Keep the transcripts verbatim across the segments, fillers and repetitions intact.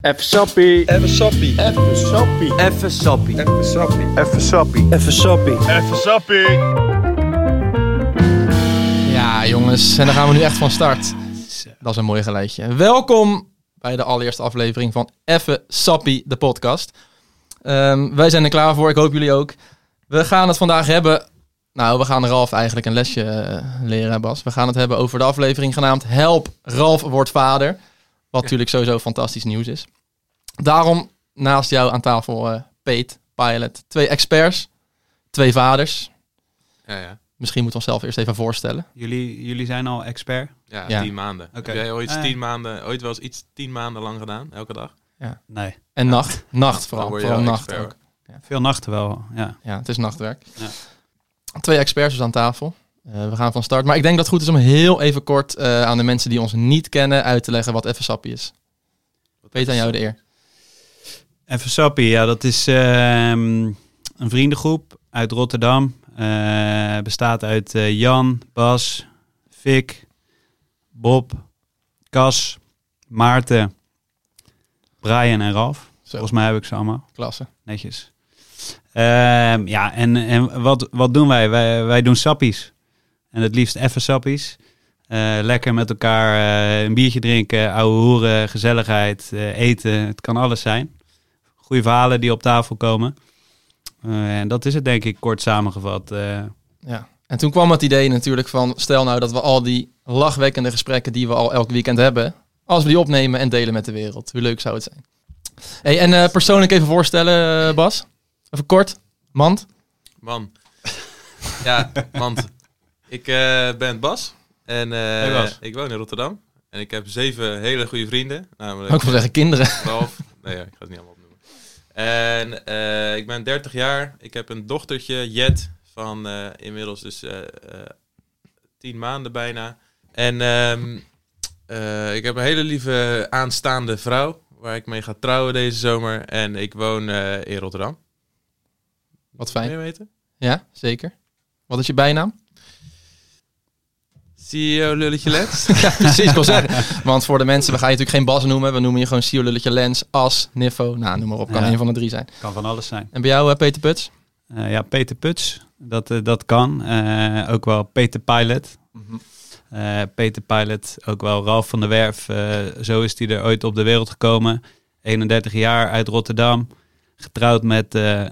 Even sappie. Even sappie. Even sappie. Even sappie. Even sappie. Even sappie. Even sappie. Even sappie. Ja, jongens, en dan gaan we nu echt van start. Dat is een mooi geluidje. Welkom bij de allereerste aflevering van Even Sappie, de podcast. Um, wij zijn er klaar voor, ik hoop jullie ook. We gaan het vandaag hebben... Nou, we gaan Ralf eigenlijk een lesje uh, leren, Bas. We gaan het hebben over de aflevering genaamd Help, Ralf wordt vader. Wat natuurlijk sowieso fantastisch nieuws is. Daarom naast jou aan tafel uh, Peet, Pilot. Twee experts, twee vaders. Ja, ja. Misschien moeten we onszelf eerst even voorstellen. Jullie, jullie zijn al expert? Ja, Ja. tien maanden. Oké. Heb jij ooit, Ah. tien maanden, ooit wel eens iets tien maanden lang gedaan, elke dag? Nee. En nacht. Nacht vooral. Dan word je Vooral wel nacht expert, ook. Veel nachten wel, ja. Ja, het is nachtwerk. Ja. Twee experts dus aan tafel. Uh, we gaan van start. Maar ik denk dat het goed is om heel even kort uh, aan de mensen die ons niet kennen uit te leggen wat Even Sappie is. Weet aan jou de eer. Even sappie, ja, dat is ehm, een vriendengroep uit Rotterdam. Uh, bestaat uit uh, Jan, Bas, Fik, Bob, Cas, Maarten, Brian en Ralf. Zo, Volgens mij heb ik ze allemaal. klasse. Netjes. Ehm, ja, en, en wat, wat doen wij? wij? Wij doen sappies. En het liefst even sappies. Uh, lekker met elkaar uh, een biertje drinken, ouwe hoeren, gezelligheid, uh, eten. Het kan alles zijn. Goeie verhalen die op tafel komen. Uh, en dat is het denk ik kort samengevat. Uh, Ja. En toen kwam het idee natuurlijk van... stel nou dat we al die lachwekkende gesprekken die we al elk weekend hebben... als we die opnemen en delen met de wereld. Hoe leuk zou het zijn? Hey, en uh, persoonlijk even voorstellen, uh, Bas. Even kort. Mand. Man. Ja, want ik uh, ben Bas. En uh, Hey Bas. ik woon in Rotterdam. En ik heb zeven hele goede vrienden. Namelijk Ook wel zeggen kinderen. Ralf. Nee, ja, ik ga het niet allemaal opnoemen. En uh, ik ben dertig jaar. Ik heb een dochtertje, Jet, van uh, inmiddels dus uh, uh, tien maanden bijna. En um, uh, ik heb een hele lieve aanstaande vrouw, waar ik mee ga trouwen deze zomer. En ik woon uh, in Rotterdam. Wat Wil je fijn. weten? Ja, zeker. Wat is je bijnaam? C E O Lulletje Lens. Ja, precies, ik wil zeggen. Want voor de mensen, we gaan je natuurlijk geen Bas noemen. We noemen je gewoon Sio Lulletje Lens, As, Niffo. Nou, noem maar op. Kan Ja. een van de drie zijn. kan van alles zijn. En bij jou, uh, Peter Puts? Uh, ja, Peter Puts, dat, uh, dat kan. Uh, ook wel Peter Pilot. Uh, Peter Pilot, ook wel Ralf van der Werf. Uh, zo is hij er ooit op de wereld gekomen. eenendertig jaar, uit Rotterdam. Getrouwd met uh,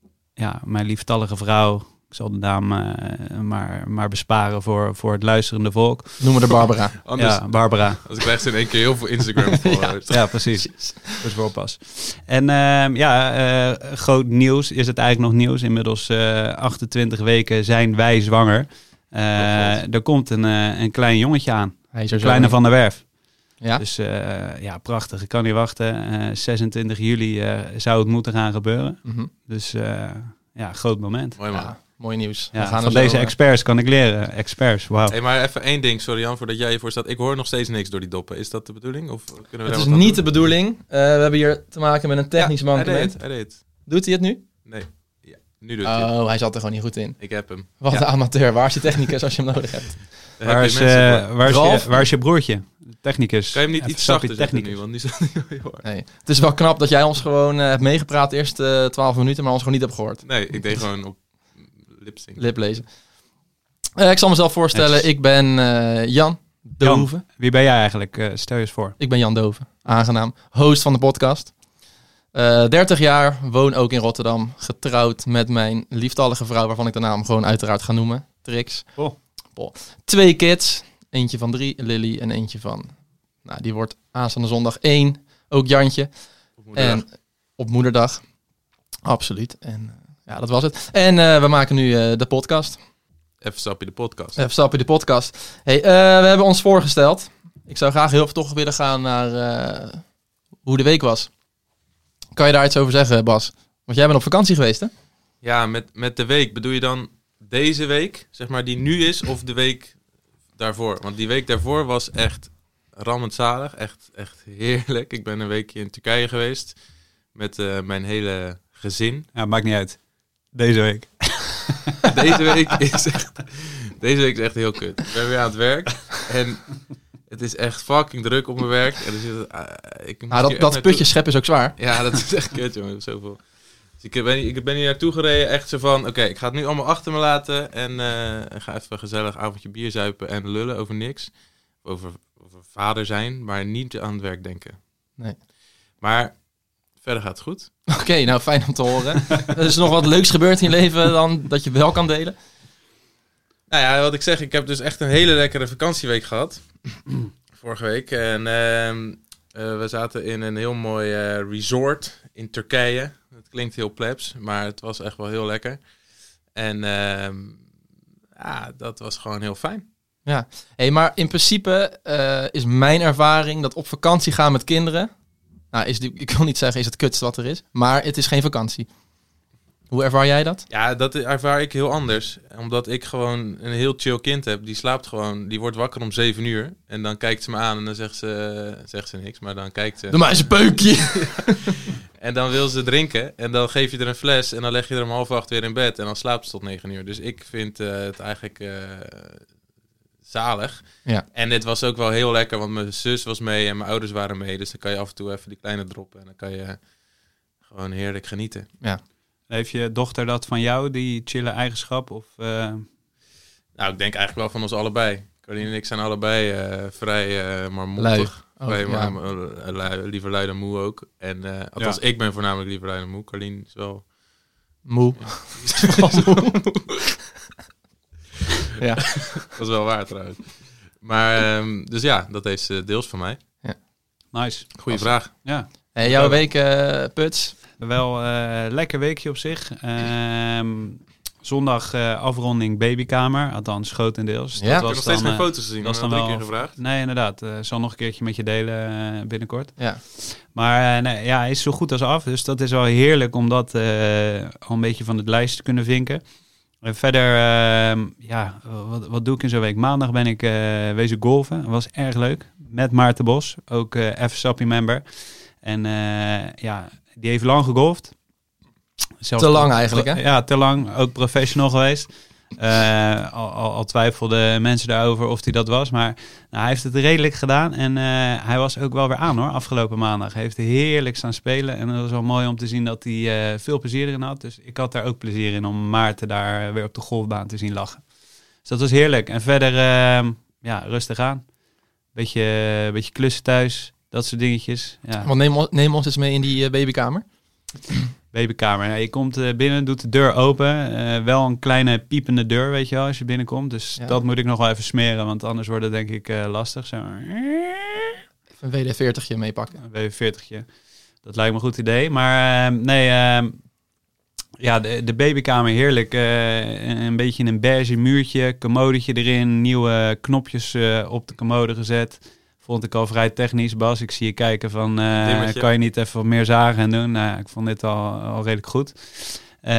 ja, mijn lieftallige vrouw. Ik zal de naam uh, maar, maar besparen voor, voor het luisterende volk. Noemen we de Barbara. Anders, Ja, Barbara. als ik krijg ze in één keer heel veel Instagram followers. Ja, precies. Dus voorpas. En uh, ja, uh, groot nieuws. Is het eigenlijk nog nieuws? Inmiddels uh, achtentwintig weken zijn wij zwanger. Uh, Oh, er komt een, uh, een klein jongetje aan. Hij is er zo Kleine in. van der Werf. Ja? Dus uh, ja, prachtig. Ik kan niet wachten. Uh, zesentwintig juli uh, zou het moeten gaan gebeuren. Mhm. Dus uh, ja, groot moment. Mooi man. Ja, mooi nieuws. Ja, we gaan van er zo, deze uh, experts kan ik leren. Experts, wauw. Hey, maar even één ding, sorry Jan, voordat jij je voorstelt. Ik hoor nog steeds niks door die doppen. Is dat de bedoeling? Of kunnen we Het daar is wat aan niet de doen? bedoeling. Uh, we hebben hier te maken met een technisch Ja, hij mankement. deed het, hij deed het. Doet hij het nu? Nee. Ja, nu doet hij het. Oh, hij zat er gewoon niet goed in. Ik heb hem. Wat Ja. een amateur. Waar is je technicus als je hem nodig hebt? Daar Waar heb is, je mensen uh, voor. waar, is Ralf? je, waar is je broertje? Technicus. Kan je hem niet Even iets sappie zachter zetten technicus. nu? Want nu staat het niet hoor. Nee. Het is wel knap dat jij ons gewoon uh, hebt meegepraat de eerste twaalf minuten, maar ons gewoon niet hebt gehoord. Nee, ik deed gewoon op lipsync. Liplezen. Uh, ik zal mezelf voorstellen. Netjes. Ik ben uh, Jan Dove. Jan, wie ben jij eigenlijk? Uh, stel je eens voor. Ik ben Jan Dove. Aangenaam. Host van de podcast. Uh, dertig jaar. Woon ook in Rotterdam. Getrouwd met mijn lieftallige vrouw, waarvan ik de naam gewoon uiteraard ga noemen. Trix. Oh. Pol. Twee kids. Eentje van drie, Lily. En eentje van... Nou, die wordt aanstaande zondag één. Ook Jantje. Op moederdag. En op moederdag. Absoluut. En uh, ja, dat was het. En uh, we maken nu uh, de podcast. Even Sappie de podcast. Even stappen de podcast. Hey, uh, we hebben ons voorgesteld. Ik zou graag heel veel toch willen gaan naar uh, hoe de week was. Kan je daar iets over zeggen, Bas? Want jij bent op vakantie geweest, hè? Ja, met, met de week bedoel je dan deze week, zeg maar, die nu is, of de week daarvoor? Want die week daarvoor was echt rammend zalig. Echt, echt heerlijk. Ik ben een weekje in Turkije geweest met uh, mijn hele gezin. Ja, maakt niet uit. Deze week. Deze week is echt, deze week is echt heel kut. Ik ben weer aan het werk. En Het is echt fucking druk op mijn werk. En er zit, uh, ik Maar dat, dat putje scheppen is ook zwaar. Ja, dat is echt kut, jongen. Zoveel. Dus ik ben, ik ben hier naartoe gereden, echt zo van... Oké, okay, ik ga het nu allemaal achter me laten. En uh, ga even een gezellig avondje bier zuipen en lullen over niks. Over, over vader zijn, maar niet aan het werk denken. Nee. Maar verder gaat het goed. Oké, okay, nou fijn om te horen. Er is nog wat leuks gebeurd in je leven dan dat je wel kan delen? Nou ja, wat ik zeg, ik heb dus echt een hele lekkere vakantieweek gehad. Vorige week. En uh, uh, we zaten in een heel mooi uh, resort in Turkije. Het klinkt heel plebs, maar het was echt wel heel lekker. En uh, ja, dat was gewoon heel fijn. Ja, hey, maar in principe uh, is mijn ervaring dat op vakantie gaan met kinderen... Nou, is die, ik wil niet zeggen is het kutste wat er is, maar het is geen vakantie. Hoe ervaar jij dat? Ja, dat ervaar ik heel anders. Omdat ik gewoon een heel chill kind heb. Die slaapt gewoon, die wordt wakker om zeven uur. En dan kijkt ze me aan en dan zegt ze, zegt ze niks. Maar dan kijkt ze... Doe maar eens een peukje. En dan wil ze drinken. En dan geef je er een fles. En dan leg je er om half acht weer in bed. En dan slaapt ze tot negen uur. Dus ik vind uh, het eigenlijk uh, zalig. Ja. En het was ook wel heel lekker. Want mijn zus was mee en mijn ouders waren mee. Dus dan kan je af en toe even die kleine droppen. En dan kan je gewoon heerlijk genieten. Ja. Heeft je dochter dat van jou, die chille eigenschap? Of, uh... Nou, ik denk eigenlijk wel van ons allebei. Carlien en ik zijn allebei uh, vrij uh, maar Lui. mondig. Oh, vrij, ja. maar, uh, lui, liever lui dan moe ook. En uh, althans, ja. ik ben voornamelijk liever lui dan moe. Carlien is wel... Moe. Ja. moe. Ja. Dat is wel waar trouwens. Maar, um, dus ja, dat is uh, deels van mij. Ja. Nice. Goeie Als... vraag. Ja. Hey, jouw week, uh, Puts? Wel uh, lekker weekje op zich. Um, zondag uh, afronding babykamer, althans grotendeels. Ja, dat ik was heb nog steeds dan, geen foto's gezien. Dat is dan drie wel keer gevraagd. Nee, inderdaad. Uh, zal nog een keertje met je delen uh, binnenkort. Ja. Maar uh, nee, ja, hij is zo goed als af. Dus dat is wel heerlijk om dat uh, al een beetje van het lijst te kunnen vinken. En verder, uh, ja, wat, wat doe ik in zo'n week? Maandag ben ik uh, wezen golfen. Dat was erg leuk. Met Maarten Bos, ook uh, F Sappie member. En uh, ja, die heeft lang gegolfd. Zelfs te lang eigenlijk, hè? Ja, te lang. Ook professional geweest. Uh, al, al, al twijfelden mensen daarover of hij dat was. Maar nou, hij heeft het redelijk gedaan. En uh, hij was ook wel weer aan, hoor, afgelopen maandag. Hij heeft heerlijk staan spelen. En het was wel mooi om te zien dat hij uh, veel plezier in had. Dus ik had daar ook plezier in om Maarten daar weer op de golfbaan te zien lachen. Dus dat was heerlijk. En verder, uh, ja, rustig aan. Beetje, beetje klussen thuis. Dat soort dingetjes. Ja. Want neem, neem ons eens mee in die uh, babykamer. Babykamer. Nou, je komt uh, binnen, doet de deur open. Uh, wel een kleine piepende deur, weet je wel, als je binnenkomt. Dus ja. Dat moet ik nog wel even smeren, want anders wordt het denk ik uh, lastig. Zo. Een W D veertigje meepakken. Een W D veertigje. Dat lijkt me een goed idee. Maar uh, nee, uh, ja, de, de babykamer heerlijk. Uh, een beetje in een beige muurtje, commodetje erin, nieuwe knopjes uh, op de commode gezet. Vond ik al vrij technisch. Bas, ik zie je kijken van, uh, kan je niet even wat meer zagen en doen? Nou, ik vond dit al, al redelijk goed. Uh,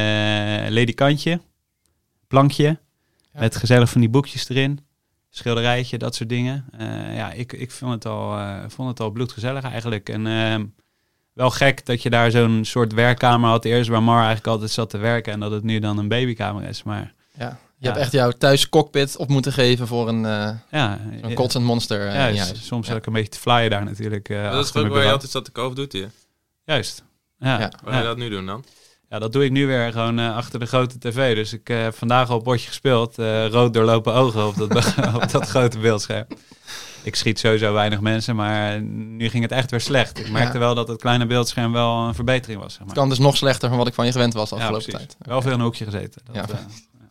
ledikantje, plankje, ja. Met gezellig van die boekjes erin. Schilderijtje, dat soort dingen. Uh, ja, ik, ik vond, het al, uh, vond het al bloedgezellig eigenlijk. En uh, wel gek dat je daar zo'n soort werkkamer had eerst, waar Mar eigenlijk altijd zat te werken. En dat het nu dan een babykamer is, maar... Ja. Je ja. hebt echt jouw thuis cockpit op moeten geven voor een, uh, ja, een kotsend monster. Uh, ja, in je huis. Soms ja. zat ik een beetje te flyen daar natuurlijk. Uh, dat is ook waar je altijd zat te koop, doet hij. Juist. Ja. Ja. Waar ga je dat nu doen dan? Ja, dat doe ik nu weer gewoon uh, achter de grote tv. Dus ik heb uh, vandaag al een potje gespeeld. Uh, rood doorlopen ogen op dat, op dat grote beeldscherm. Ik schiet sowieso weinig mensen, maar nu ging het echt weer slecht. Ik merkte ja. wel dat het kleine beeldscherm wel een verbetering was. Zeg maar. Het kan dus nog slechter van wat ik van je gewend was de afgelopen ja, tijd. Wel okay. Veel in een hoekje gezeten. Dat, ja. Uh,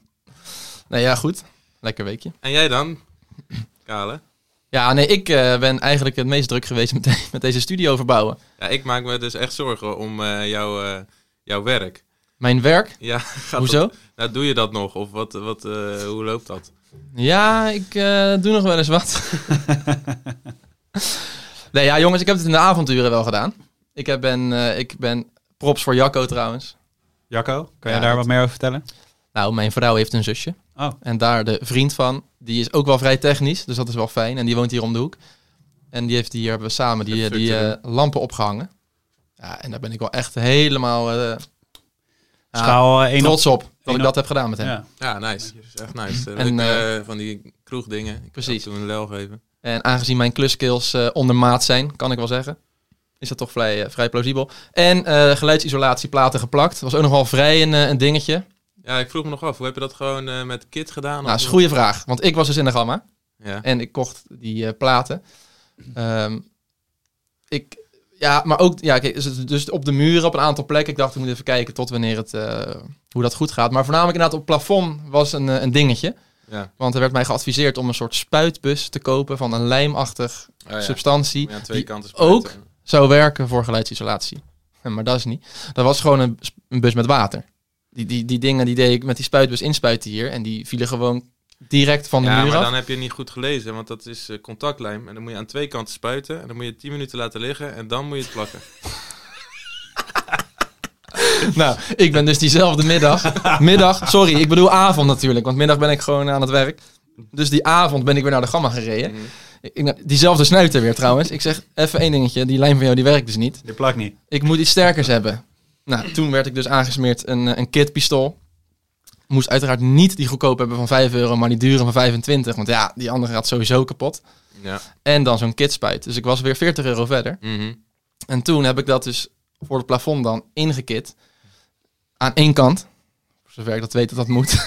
Nee, ja, goed. Lekker weekje. En jij dan, Kale? Ja, nee, ik uh, ben eigenlijk het meest druk geweest met, de, met deze studio verbouwen. Ja, ik maak me dus echt zorgen om uh, jouw, uh, jouw werk. Mijn werk? Ja. Hoezo? Dat, nou, doe je dat nog? Of wat, wat, uh, hoe loopt dat? Ja, ik uh, doe nog wel eens wat. Nee, ja, jongens, ik heb het in de avonturen wel gedaan. Ik, heb ben, uh, ik ben props voor Jacco trouwens. Jacco, kan ja, je daar dat... wat meer over vertellen? Nou, mijn vrouw heeft een zusje. Oh. En daar de vriend van, die is ook wel vrij technisch, dus dat is wel fijn. En die woont hier om de hoek. En die heeft hier, hebben we samen die, die uh, lampen opgehangen. Ja, en daar ben ik wel echt helemaal uh, Schaal, uh, trots op dat op, ik dat heb gedaan met hem. Ja, ja nice. Dat is echt nice. En, Leuk, uh, uh, van die kroegdingen. Ik precies. toen een lel geven. En aangezien mijn kluskills uh, ondermaat zijn, kan ik wel zeggen, is dat toch vrij, uh, vrij plausibel. En uh, geluidsisolatie platen geplakt. Dat was ook nog wel vrij een, uh, een dingetje. Ja, ik vroeg me nog af, hoe heb je dat gewoon uh, met kit gedaan? Nou, dat is een goede vraag. Want ik was dus in de Gamma. Ja. En ik kocht die uh, platen. Um, ik, ja, maar ook, ja, kijk, dus, dus op de muren op een aantal plekken. Ik dacht, ik moet even kijken tot wanneer het, uh, hoe dat goed gaat. Maar voornamelijk inderdaad op het plafond was een, uh, een dingetje. Ja. Want er werd mij geadviseerd om een soort spuitbus te kopen van een lijmachtig oh, ja. substantie. Aan twee die kanten ook zou werken voor geluidsisolatie. Ja, maar dat is niet. Dat was gewoon een, een bus met water. Die, die, die dingen die deed ik met die spuitbus inspuiten hier. En die vielen gewoon direct van de ja, muur af. Ja, maar dan heb je niet goed gelezen. Want dat is uh, contactlijm. En dan moet je aan twee kanten spuiten. En dan moet je tien minuten laten liggen. En dan moet je het plakken. Nou, ik ben dus diezelfde middag. Middag, sorry, ik bedoel avond natuurlijk. Want middag ben ik gewoon aan het werk. Dus die avond ben ik weer naar de Gamma gereden. Mm-hmm. Ik, diezelfde snuiter weer trouwens. Ik zeg, even één dingetje. Die lijm van jou, die werkt dus niet. Die plakt niet. Ik moet iets sterkers hebben. Nou, toen werd ik dus aangesmeerd een, een kitpistool. Moest uiteraard niet die goedkoop hebben van vijf euro, maar die dure van vijfentwintig. Want ja, die andere gaat sowieso kapot. Ja. En dan zo'n kitspuit. Dus ik was weer veertig euro verder. Mm-hmm. En toen heb ik dat dus voor het plafond dan ingekit. Aan één kant. Voor zover ik dat weet dat dat moet.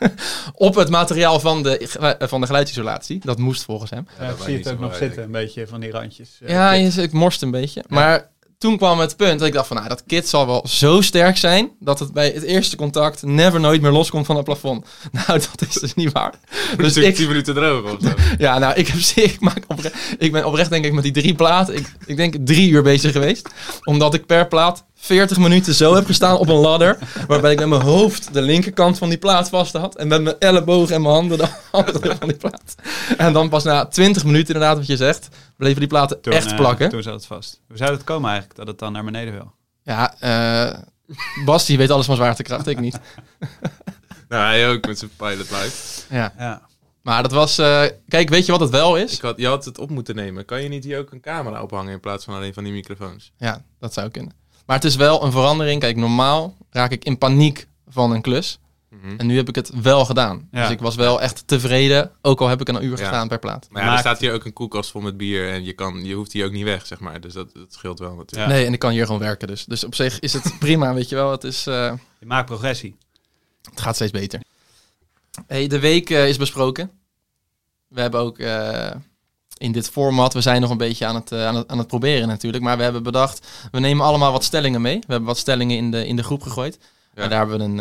Op het materiaal van de, van de geluidsisolatie. Dat moest volgens hem. Ja, ik zie het ook nog zitten, een beetje van die randjes. Uh, ja, je, ik morst een beetje. Ja. Maar toen kwam het punt dat ik dacht van, nou, dat kit zal wel zo sterk zijn dat het bij het eerste contact never nooit meer loskomt van het plafond. Nou, dat is dus niet waar. Dus ik tien minuten droog of zo. Ja, nou, ik heb ik maak oprecht, ik ben oprecht denk ik met die drie platen, ik, ik denk drie uur bezig geweest, omdat ik per plaat veertig minuten zo heb gestaan op een ladder, waarbij ik met mijn hoofd de linkerkant van die plaat vast had en met mijn ellebogen en mijn handen de andere van die plaat. En dan pas na twintig minuten, inderdaad wat je zegt, bleven die platen toen, echt plakken. Uh, toen zat het vast. Hoe zou het komen eigenlijk, dat het dan naar beneden wil? Ja, uh, Bas die weet alles van zwaartekracht, ik niet. Nou, hij ook met zijn pilot light. Ja. ja. Maar dat was... Uh, kijk, weet je wat het wel is? Ik had, je had het op moeten nemen. Kan je niet hier ook een camera ophangen in plaats van alleen van die microfoons? Ja, dat zou kunnen. Maar het is wel een verandering. Kijk, normaal raak ik in paniek van een klus. Mm-hmm. En nu heb ik het wel gedaan. Ja. Dus ik was wel echt tevreden. Ook al heb ik een uur ja. gedaan per plaat. Maar ja, er staat hier ook een koelkast vol met bier. En je, kan, je hoeft hier ook niet weg, zeg maar. Dus dat, dat scheelt wel natuurlijk. Ja. Nee, en ik kan hier gewoon werken. Dus, dus op zich is het prima, weet je wel. Het is, uh, je maakt progressie. Het gaat steeds beter. Hey, de week uh, is besproken. We hebben ook uh, in dit format, we zijn nog een beetje aan het, uh, aan, het, aan het proberen natuurlijk. Maar we hebben bedacht, we nemen allemaal wat stellingen mee. We hebben wat stellingen in de, in de groep gegooid. Ja. En daar hebben we een, uh,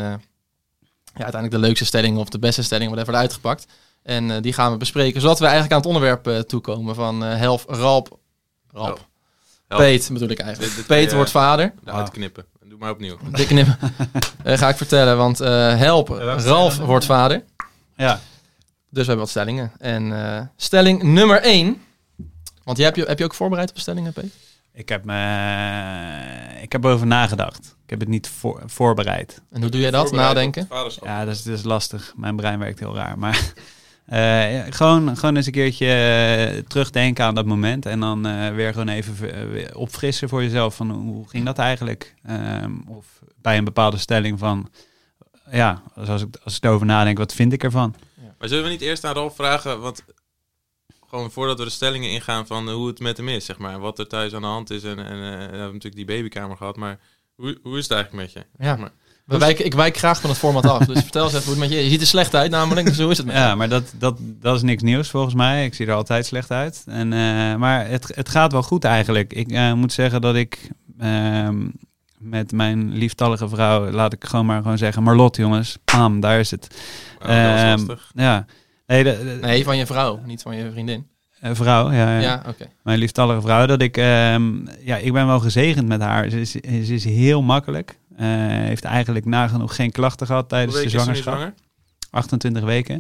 ja, uiteindelijk de leukste stelling of de beste stelling, whatever, uitgepakt. En uh, die gaan we bespreken, zodat we eigenlijk aan het onderwerp uh, toekomen van uh, Helf, Ralp, Ralp. Oh. Peet bedoel ik eigenlijk. Dit, dit Peet uh, wordt vader. Eruit knippen. Doe maar opnieuw. Dik knippen. uh, ga ik vertellen, want uh, Help, Ralf wordt vader. Ja. Dus we hebben wat stellingen. En uh, stelling nummer één. Want jij, heb, je, heb je ook voorbereid op stellingen, Peet? Ik heb, me, ik heb erover nagedacht. Ik heb het niet voor, voorbereid. En hoe doe jij dat, nadenken? Ja, dat is, dat is lastig. Mijn brein werkt heel raar. Maar uh, ja, gewoon, gewoon eens een keertje uh, terugdenken aan dat moment. En dan uh, weer gewoon even uh, opfrissen voor jezelf. Van hoe ging dat eigenlijk? Um, of bij een bepaalde stelling van... Ja, als ik, als ik erover nadenk, wat vind ik ervan? Ja. Maar zullen we niet eerst aan Ralf vragen... Want gewoon voordat we de stellingen ingaan van hoe het met hem is, zeg maar. Wat er thuis aan de hand is. En, en uh, we hebben natuurlijk die babykamer gehad. Maar hoe, hoe is het eigenlijk met je? Ja, maar, we wijken, ik wijk graag van het format af. Dus vertel eens even hoe het met je is. Je ziet er slecht uit namelijk, dus hoe is het met je? Ja, maar dat, dat, dat is niks nieuws volgens mij. Ik zie er altijd slecht uit. En, uh, maar het, het gaat wel goed eigenlijk. Ik uh, moet zeggen dat ik... Uh, met mijn lieftallige vrouw, laat ik gewoon maar gewoon zeggen... Marlot, jongens, bam, daar is het. Oh, dat was um, lastig. Ja. Nee, de, de, nee, van je vrouw, niet van je vriendin. Uh, vrouw, ja. Ja, ja oké. Okay. Mijn lieftallige vrouw, dat ik... Um, ja, ik ben wel gezegend met haar. Ze is, ze is heel makkelijk. Uh, heeft eigenlijk nagenoeg geen klachten gehad tijdens de zwangerschap. achtentwintig weken.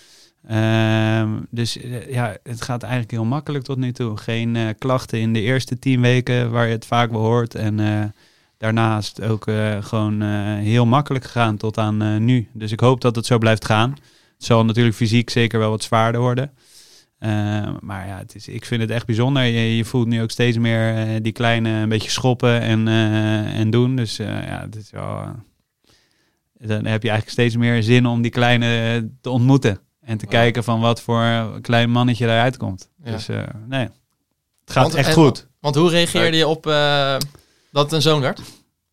Um, dus uh, ja, het gaat eigenlijk heel makkelijk tot nu toe. Geen uh, klachten in de eerste tien weken, waar je het vaak wel hoort. En... Uh, Daarnaast ook uh, gewoon uh, heel makkelijk gegaan tot aan uh, nu. Dus ik hoop dat het zo blijft gaan. Het zal natuurlijk fysiek zeker wel wat zwaarder worden. Uh, maar ja, het is, ik vind het echt bijzonder. Je, je voelt nu ook steeds meer uh, die kleine een beetje schoppen en, uh, en doen. Dus uh, ja, het is wel, uh, dan heb je eigenlijk steeds meer zin om die kleine te ontmoeten. En te Ja. kijken van wat voor klein mannetje daaruit komt. Ja. Dus uh, nee, het gaat Want- echt en- goed. Want hoe reageerde je op uh, dat het een zoon werd?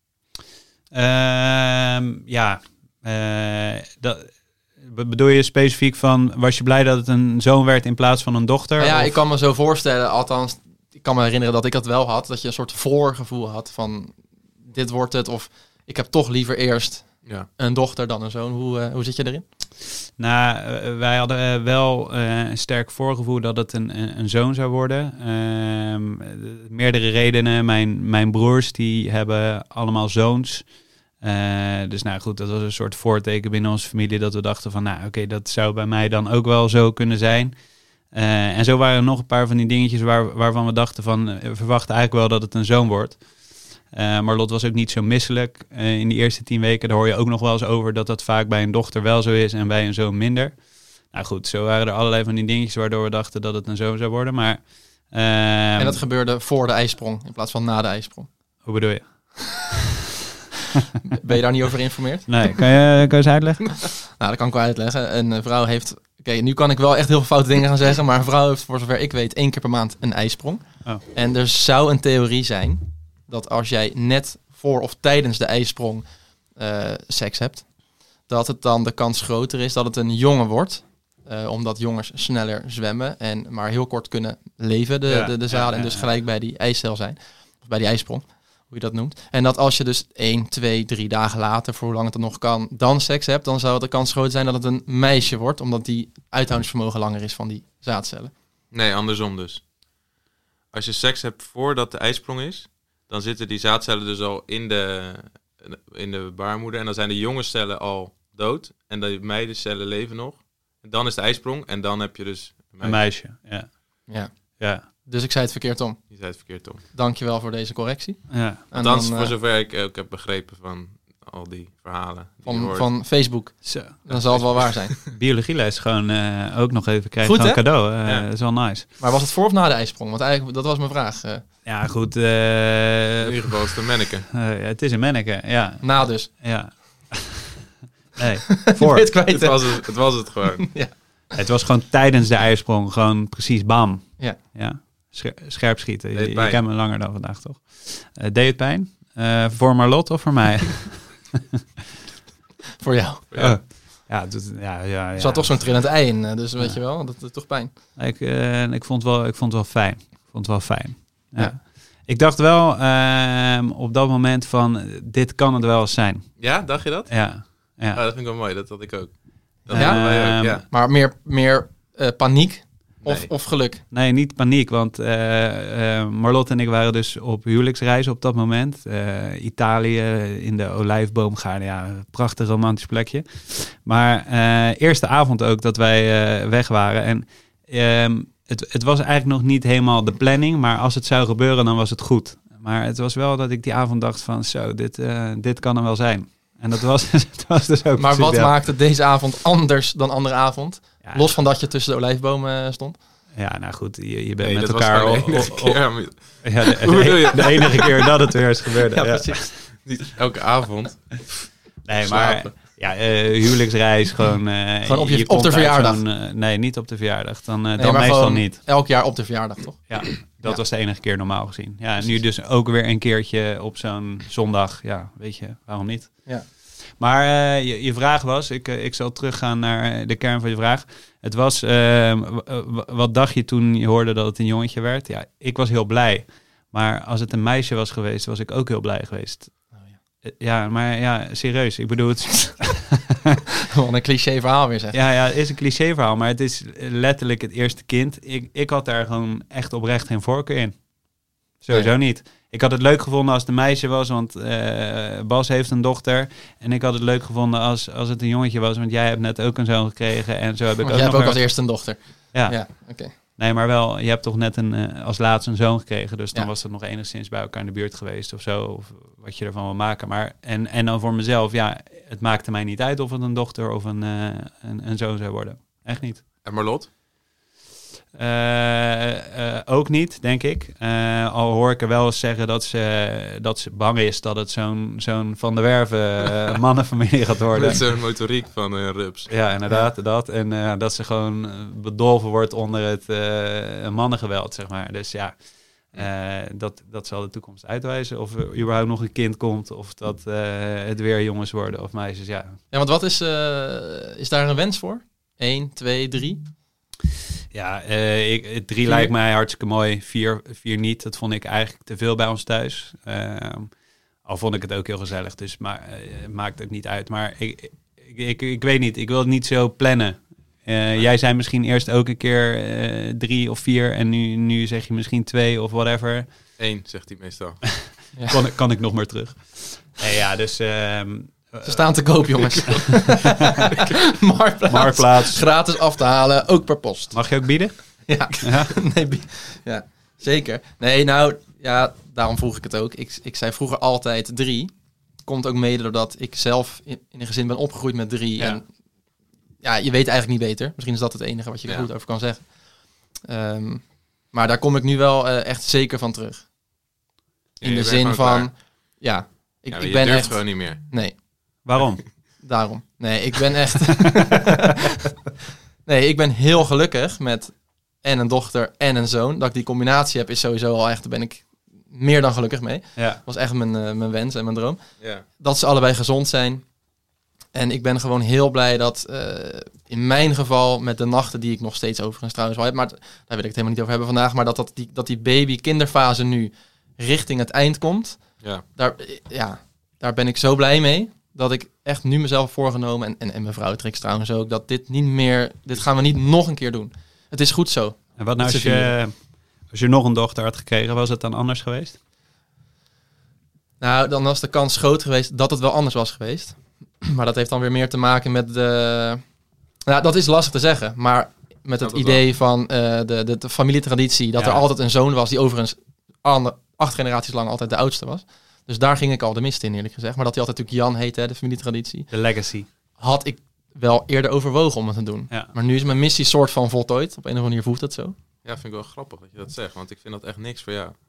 Ehm, ja, uh, dat, bedoel je specifiek van, was je blij dat het een zoon werd in plaats van een dochter? Nou ja, of? ik kan me zo voorstellen, althans, ik kan me herinneren dat ik dat wel had. Dat je een soort voorgevoel had van, dit wordt het. Of ik heb toch liever eerst Ja. een dochter dan een zoon. Hoe, uh, hoe zit je erin? Nou, uh, wij hadden uh, wel uh, een sterk voorgevoel dat het een, een, een zoon zou worden. Uh, meerdere redenen. Mijn, mijn broers die hebben allemaal zoons. Uh, dus nou goed, dat was een soort voorteken binnen onze familie dat we dachten van, nou oké, okay, dat zou bij mij dan ook wel zo kunnen zijn. Uh, en zo waren er nog een paar van die dingetjes waar, waarvan we dachten van, uh, we verwachten eigenlijk wel dat het een zoon wordt. Uh, maar Lot was ook niet zo misselijk. Uh, in die eerste tien weken, daar hoor je ook nog wel eens over dat dat vaak bij een dochter wel zo is en bij een zoon minder. Nou goed, zo waren er allerlei van die dingetjes waardoor we dachten dat het een zoon zou worden. Maar, uh, en dat gebeurde voor de ijsprong in plaats van na de ijsprong. Hoe bedoel je? Ben je daar niet over geïnformeerd? Nee, kan je, kan je eens uitleggen? Nou, dat kan ik wel uitleggen. Een vrouw heeft... Oké, okay, nu kan ik wel echt heel veel foute dingen gaan zeggen, maar een vrouw heeft voor zover ik weet één keer per maand een ijsprong. Oh. En er zou een theorie zijn dat als jij net voor of tijdens de ijsprong uh, seks hebt, dat het dan de kans groter is dat het een jongen wordt. Uh, omdat jongens sneller zwemmen en maar heel kort kunnen leven, de, Ja, de, de ja, zaden, ja, en dus ja. gelijk bij die ijscel zijn. Of bij die ijsprong, hoe je dat noemt. En dat als je dus één, twee, drie dagen later, voor hoe lang het er nog kan, dan seks hebt, dan zou de kans groot zijn dat het een meisje wordt, omdat die uithoudingsvermogen langer is van die zaadcellen. Nee, andersom dus. Als je seks hebt voordat de ijsprong is, dan zitten die zaadcellen dus al in de, in de baarmoeder. En dan zijn de jonge cellen al dood. En de meidencellen leven nog. En dan is de ijsprong. En dan heb je dus een Een meisje. meisje, ja. Ja. Ja, Dus ik zei het verkeerd om. Je zei het verkeerd om. Dankjewel voor deze correctie. ja. En Althans, dan, uh, voor zover ik ook heb begrepen van al die verhalen. Die je van, hoort. van Facebook. Zo. Dan zal het wel waar zijn. Biologieles gewoon uh, ook nog even krijgen. Goed, Gewoon hè? cadeau. Uh, Ja. Dat is wel nice. Maar was het voor of na de ijsprong? Want eigenlijk, dat was mijn vraag. Uh, Ja, goed. In Uh, ieder geval is het een manneke. uh, het is een manneke, ja. na dus. ja. Nee, Ik ben voor. het kwijt. Het hè? was het, het was het gewoon. Ja. Het was gewoon tijdens de ijsprong. Gewoon precies bam. Ja. Ja. Scher- scherp schieten. Deed Je, het je pijn? kent me langer dan vandaag, toch? Uh, deed het pijn? Uh, voor Marlot of voor mij? Voor jou. Ja. Oh. Ja, het doet- ja, ja, ja. Er zat toch zo'n trillend ei in. uh, Dus weet Ja. je wel, dat doet toch pijn. Ik, uh, ik, vond het wel, ik vond het wel fijn. Ik vond het wel fijn. Ja. Ja. Ik dacht wel uh, op dat moment van, dit kan het wel eens zijn. Ja, dacht je dat? Ja. Ja. Ja, dat vind ik wel mooi. Dat had ik ook. Dat Ja? hadden wij ook, Ehm, ja. Maar meer, meer uh, paniek of, Nee. of geluk? Nee, niet paniek, want uh, uh, Marlotte en ik waren dus op huwelijksreis op dat moment. Uh, Italië, in de Olijfboomgaarden, ja, een prachtig romantisch plekje. Maar uh, eerste avond ook dat wij uh, weg waren. En uh, het, het was eigenlijk nog niet helemaal de planning, maar als het zou gebeuren, dan was het goed. Maar het was wel dat ik die avond dacht van, zo, dit, uh, dit kan er wel zijn. En dat was, het was dus ook Maar precies wat dat. maakte deze avond anders dan andere avond? Ja, Los van dat je tussen de olijfbomen uh, stond. Ja, nou goed, je, je bent Nee, met dat was elkaar... gewoon de op- enige op- keer. Maar Ja, de, Hoe bedoel je? de, de enige keer dat het weer eens gebeurde. Ja, Ja, precies. Niet elke avond. Nee, maar Slapen. ja, uh, huwelijksreis gewoon... Uh, Gewoon op je- op komt de uit verjaardag. zo'n, uh, nee, niet op de verjaardag. Dan, uh, Nee, dan maar meestal gewoon niet. elk jaar op de verjaardag, toch? Ja, dat Ja. was de enige keer normaal gezien. Ja, en nu dus ook weer een keertje op zo'n zondag. Ja, weet je, waarom niet? Ja. Maar uh, je, je vraag was, ik, uh, ik zal teruggaan naar de kern van je vraag. Het was, uh, w- w- wat dacht je toen je hoorde dat het een jongetje werd? Ja, ik was heel blij. Maar als het een meisje was geweest, was ik ook heel blij geweest. Oh, ja. Uh, Ja, maar ja, serieus. Ik bedoel, het, Wat een cliché verhaal weer zeg. ja, ja, het is een cliché verhaal, maar het is letterlijk het eerste kind. Ik, ik had daar gewoon echt oprecht geen voorkeur in. Sowieso Nee. niet. Ik had het leuk gevonden als het een meisje was, want uh, Bas heeft een dochter. En ik had het leuk gevonden als, als het een jongetje was, want jij hebt net ook een zoon gekregen. En zo heb ik Want ook jij hebt nog ook als weer- eerste een dochter. Ja. Ja, oké. Nee, maar wel, je hebt toch net een, uh, als laatste een zoon gekregen. Dus dan Ja. was het nog enigszins bij elkaar in de buurt geweest of zo. Of wat je ervan wil maken. Maar, en, en dan voor mezelf, ja, het maakte mij niet uit of het een dochter of een, uh, een, een zoon zou worden. Echt niet. En Marlot? Uh, uh, ook niet, denk ik. Uh, al hoor ik er wel eens zeggen dat ze, dat ze bang is dat het zo'n, zo'n Van der Werven uh, mannenfamilie gaat worden. Met zo'n motoriek van een uh, rups. Ja, inderdaad, ja. dat. En uh, dat ze gewoon bedolven wordt onder het uh, mannengeweld, zeg maar. Dus ja, uh, dat, dat zal de toekomst uitwijzen. Of er überhaupt nog een kind komt, of dat uh, het weer jongens worden of meisjes, ja. Ja, want wat is, uh, is daar een wens voor? Eén, twee, drie? Ja, uh, ik, drie vier. Lijkt mij hartstikke mooi. Vier, vier niet. Dat vond ik eigenlijk te veel bij ons thuis. Uh, al vond ik het ook heel gezellig. Dus ma- uh, maakt ook niet uit. Maar ik, ik, ik, ik weet niet. Ik wil het niet zo plannen. Uh, ja. Jij zei misschien eerst ook een keer uh, drie of vier. En nu, nu zeg je misschien twee of whatever. Eén, zegt hij meestal. Ja. kan, kan ik nog maar terug. Uh, ja, dus... Uh, Ze staan te koop, jongens. Marktplaats. Marktplaats. Gratis af te halen, ook per post. Mag je ook bieden? Ja, ja? nee, bi- ja zeker. Nee, nou, ja, daarom vroeg ik het ook. Ik, ik zei vroeger altijd drie. Komt ook mede doordat ik zelf in, in een gezin ben opgegroeid met drie. Ja. En ja, je weet eigenlijk niet beter. Misschien is dat het enige wat je er ja. goed over kan zeggen. Um, maar daar kom ik nu wel uh, echt zeker van terug. In ja, de zin van, klaar. ja, ik, ja, ik je ben durft echt... gewoon niet meer. Nee. Waarom? Daarom. Nee, ik ben echt... nee, ik ben heel gelukkig met en een dochter en een zoon. Dat ik die combinatie heb is sowieso al echt... Daar ben ik meer dan gelukkig mee. Ja. Dat was echt mijn, uh, mijn wens en mijn droom. Ja. Dat ze allebei gezond zijn. En ik ben gewoon heel blij dat uh, in mijn geval met de nachten die ik nog steeds overigens trouwens wel heb... Maar daar wil ik het helemaal niet over hebben vandaag. Maar dat, dat, die, dat die baby-kinderfase nu richting het eind komt. Ja. Daar, ja, daar ben ik zo blij mee. Dat ik echt nu mezelf voorgenomen, en, en, en mijn vrouw Trix trouwens ook, dat dit niet meer, dit gaan we niet nog een keer doen. Het is goed zo. En wat nou als je, als je nog een dochter had gekregen, was het dan anders geweest? Nou, dan was de kans groot geweest dat het wel anders was geweest. Maar dat heeft dan weer meer te maken met de... Nou, dat is lastig te zeggen, maar met het idee wel. van uh, de, de, de familietraditie, dat ja. er altijd een zoon was die overigens ander, acht generaties lang altijd de oudste was. Dus daar ging ik al de mist in, eerlijk gezegd. Maar dat hij altijd natuurlijk Jan heet, hè, de familietraditie. De legacy. Had ik wel eerder overwogen om het te doen. Ja. Maar nu is mijn missie soort van voltooid. Op een of andere manier voelt het zo. Ja, vind ik wel grappig dat je dat zegt. Want ik vind dat echt niks voor jou.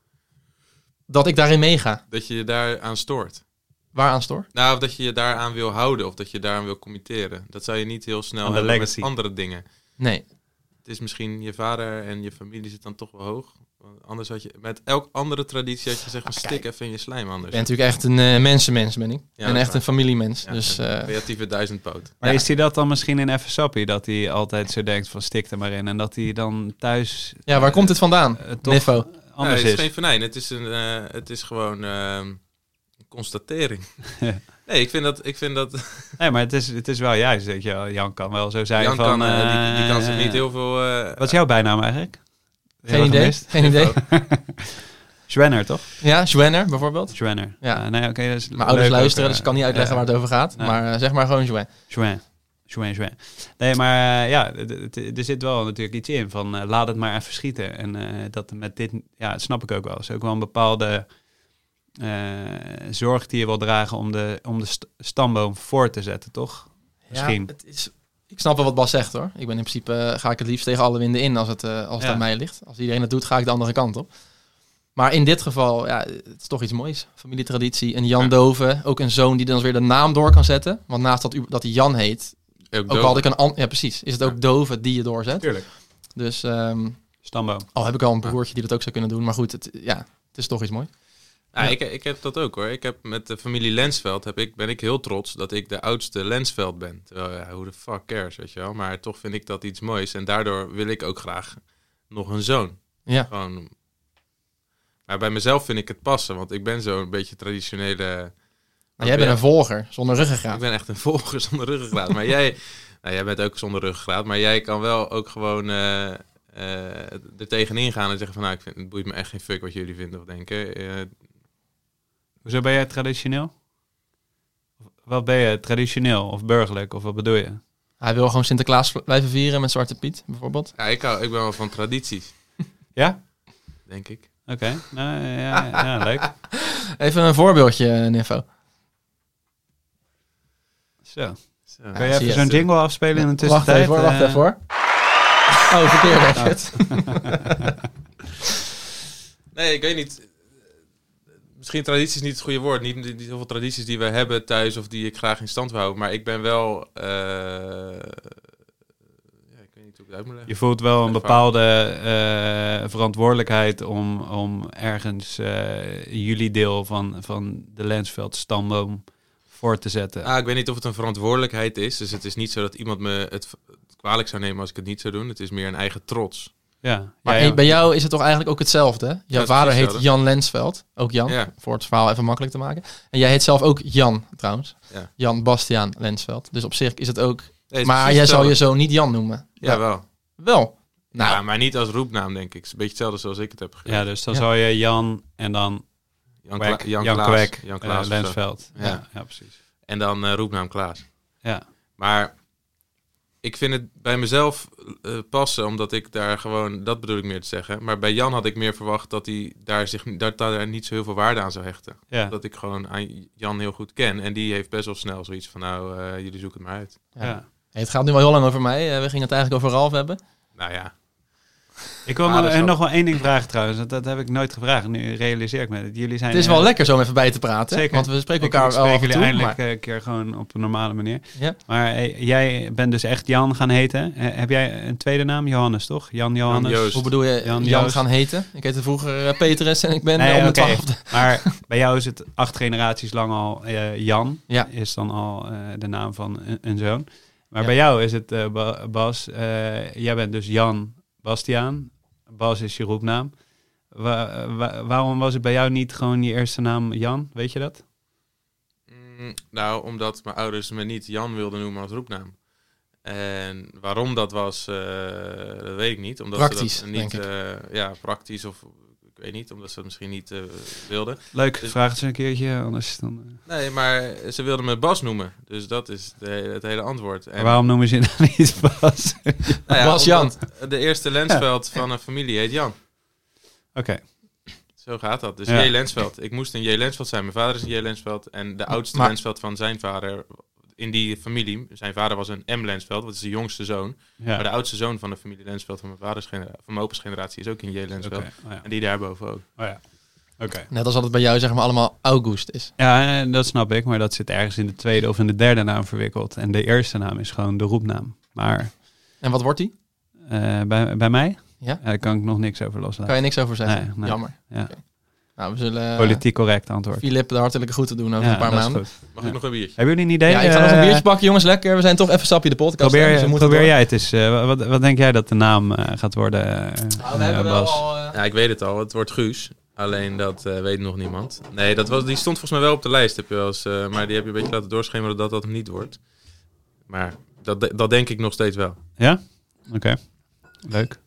Dat ik daarin meega. Dat je je daaraan stoort. Waaraan stoor? Nou, of dat je je daaraan wil houden. Of dat je daaraan wil committeren. Dat zou je niet heel snel aan de hebben legacy. Met andere dingen. Nee. Het is misschien je vader en je familie zit dan toch wel hoog. Anders had je met elk andere traditie had je gezegd, ah, stik even in je slijm anders. Ik ben natuurlijk echt een uh, mensenmens, ben ik. Ja, en echt waar. een familiemens. Ja, dus, een uh, creatieve duizendpoot. Maar ja. is hij dat dan misschien in Effe Sappie, dat hij altijd zo denkt van stik er maar in en dat hij dan thuis... Ja, waar uh, komt het vandaan? Uh, toch Niffo. Anders nee, het is is. geen venijn. Het is, een, uh, het is gewoon uh, een constatering. Nee, ik vind dat... Ik vind dat nee, maar het is, het is wel juist. Dat je, Jan kan wel zo zijn Jan van... Kan, uh, uh, die, die kan zich niet heel veel... Uh, wat is jouw bijnaam eigenlijk? Geen idee. Geen idee. Schwenner, toch? Ja, Schwenner bijvoorbeeld. Schwenner. Ja. Uh, nee, okay, Mijn ouders luisteren, ook, dus ik kan niet uitleggen uh, waar het over gaat. Uh, maar uh, zeg maar gewoon Schwen. Schwen. Schwen, Schwen. Nee, maar uh, ja, d- d- er zit wel natuurlijk iets in van uh, laat het maar even schieten. En uh, dat met dit, ja, dat snap ik ook wel. Het is ook wel een bepaalde uh, zorg die je wil dragen om de, om de st- stamboom voor te zetten, toch? Misschien. Ja, het is... Ik snap wel wat Bas zegt hoor. Ik ben in principe, uh, ga ik het liefst tegen alle winden in als het, uh, als het ja. aan mij ligt. Als iedereen het doet, ga ik de andere kant op. Maar in dit geval, ja, het is toch iets moois. Familietraditie. En Jan ja. Dove, ook een zoon die dan weer de naam door kan zetten. Want naast dat, dat hij Jan heet, ook, ook had ik een an- ja precies, is het ook ja. Dove die je doorzet. Tuurlijk. Dus, um, stamboom. Al heb ik al een broertje die dat ook zou kunnen doen. Maar goed, het, ja, het is toch iets moois. Ja, ja. Ik, ik heb dat ook hoor. Ik heb met de familie Lensveld heb ik, ben ik heel trots dat ik de oudste Lensveld ben. Terwijl, ja, hoe de fuck cares, weet je wel. Maar toch vind ik dat iets moois. En daardoor wil ik ook graag nog een zoon. Ja. Gewoon... Maar bij mezelf vind ik het passen, want ik ben zo'n beetje traditionele... Maar jij bent een volger, zonder ruggengraat. Ik ben echt een volger zonder ruggengraat. Maar jij, nou, jij bent ook zonder ruggengraat, maar jij kan wel ook gewoon uh, uh, er tegenin gaan en zeggen van... nou, ik vind, het boeit me echt geen fuck wat jullie vinden of denken. Uh, Hoezo ben jij traditioneel? Wat ben je, traditioneel of burgerlijk, of wat bedoel je? Hij wil gewoon Sinterklaas blijven vieren met Zwarte Piet, bijvoorbeeld. Ja, ik, hou, ik ben wel van tradities. Ja? Denk ik. Oké, okay. nou, ja, ja, ja, leuk. Even een voorbeeldje, Niffo. Zo. Zo. Kan je ja, even zo'n jingle afspelen in de tussentijd? Wacht even hoor, wacht even hoor. Oh, verkeerd. Nee, ik weet niet. Misschien traditie is niet het goede woord. Niet, niet, niet heel veel tradities die we hebben thuis of die ik graag in stand hou. Maar ik ben wel... Uh, ja, ik weet niet hoe ik het uit moet leggen. Je voelt wel een bepaalde uh, verantwoordelijkheid om, om ergens uh, jullie deel van, van de Lensveld stamboom voor te zetten. Ah, ik weet niet of het een verantwoordelijkheid is. Dus het is niet zo dat iemand me het kwalijk zou nemen als ik het niet zou doen. Het is meer een eigen trots. Ja. Maar ja, ja. bij jou is het toch eigenlijk ook hetzelfde? Hè? Jouw Ja, vader heet hetzelfde. Jan Lensveld. Ook Jan, Ja. voor het verhaal even makkelijk te maken. En jij heet zelf ook Jan, trouwens. Ja. Jan Bastiaan Lensveld. Dus op zich is het ook... Nee, het is maar precies jij zal je hetzelfde. zo niet Jan noemen. Ja, wel. Wel. Nou, Ja, maar niet als roepnaam, denk ik. Het is een beetje hetzelfde zoals ik het heb gegeven. Ja, dus dan Ja. zou je Jan en dan Jan, Kwek, Kla- Jan, Jan Klaas. Kwek, Jan uh, Klaas of zo. Lensveld. Ja. Ja. Ja, precies. En dan uh, roepnaam Klaas. Ja. Maar ik vind het bij mezelf uh, passen, omdat ik daar gewoon... Dat bedoel ik meer te zeggen. Maar bij Jan had ik meer verwacht dat hij daar, zich, dat daar niet zo heel veel waarde aan zou hechten. Ja. Dat ik gewoon aan Jan heel goed ken. En die heeft best wel snel zoiets van... Nou, uh, jullie zoeken het maar uit. ja. Ja. Hey, het gaat nu wel heel lang over mij. Uh, we gingen het eigenlijk over Ralf hebben. Nou ja. Ik wil nog, Vaderschap. nog wel één ding vragen trouwens. Dat, dat heb ik nooit gevraagd. Nu realiseer ik me dat jullie zijn... Het is uh, wel lekker zo om even bij te praten. Zeker. Want we spreken Ik, elkaar ik wel af spreek en jullie toe. eindelijk Maar, een keer gewoon op een normale manier. ja. Maar eh, jij bent dus echt Jan gaan heten. Eh, heb jij een tweede naam? Johannes, toch? Jan Johannes? Jan Joost. Hoe bedoel je Jan Jan, Joost. gaan heten? Ik heette vroeger uh, Petrus en ik ben Nee, om de oké. twaalfde. Maar bij jou is het acht generaties lang al uh, Jan. Ja. Is dan al uh, de naam van een, een zoon. Maar Ja. bij jou is het, uh, Ba- Bas, uh, jij bent dus Jan Bastiaan. Bas is je roepnaam. Wa- wa- waarom was het bij jou niet gewoon je eerste naam Jan? Weet je dat? Mm, nou, omdat mijn ouders me niet Jan wilden noemen als roepnaam. En waarom dat was, uh, dat weet ik niet. Omdat Praktisch, ze dat niet, denk ik. uh, ja, praktisch of ik weet niet, omdat ze het misschien niet uh, wilden. Leuk, Dus- vraag het eens een keertje, anders dan... uh. Nee, maar ze wilden me Bas noemen. Dus dat is de, het hele antwoord. En, Maar waarom noemen ze je dan niet Bas? Oké. nou ja, Bas Jan. omdat De eerste Lensveld van een familie heet Jan. Zo gaat dat. Dus Ja. J. Lensveld. Ik moest een J. Lensveld zijn. Mijn vader is een J. Lensveld. En de oudste Maar- Lensveld van zijn vader in die familie. Zijn vader was een M. Lensveld. Dat is de jongste zoon. Ja. Maar de oudste zoon van de familie Lensveld van mijn vaders genera- van mijn opa's generatie is ook een J. Lensveld. Oké, oh ja. En die daarboven ook. Oh ja. Oké. Net als dat het bij jou zeg maar allemaal August is. Ja, eh, dat snap ik, maar dat zit ergens in de tweede of in de derde naam verwikkeld. En de eerste naam is gewoon de roepnaam. Maar En wat wordt die? eh, bij, bij mij Ja? eh, daar kan ik nog niks over Kan loslaten. je niks over zeggen? Nee, nee. Jammer. Ja. Oké. Nou, we zullen uh, Politiek correct antwoord. Filip de hartelijke groeten doen over Ja, een paar dat is maanden. goed. Mag Ja. ik nog een biertje? Hebben jullie een idee? Ja, ik ga nog een eh, biertje pakken, jongens. Lekker. We zijn toch even Sappie de podcast. hè, Probeer, dus we moeten probeer door. jij het eens. eh, wat, wat denk jij dat de naam eh, gaat worden, eh, Nou, we eh, hebben wel Bas? al... uh, Ja, ik weet het al. Het wordt Guus. Alleen dat uh, weet nog niemand. Nee, dat was, die stond volgens mij wel op de lijst. Heb je wel eens, uh, maar die heb je een beetje laten doorschemeren dat dat hem niet wordt. Maar dat, dat denk ik nog steeds wel. Ja? Oké. Leuk.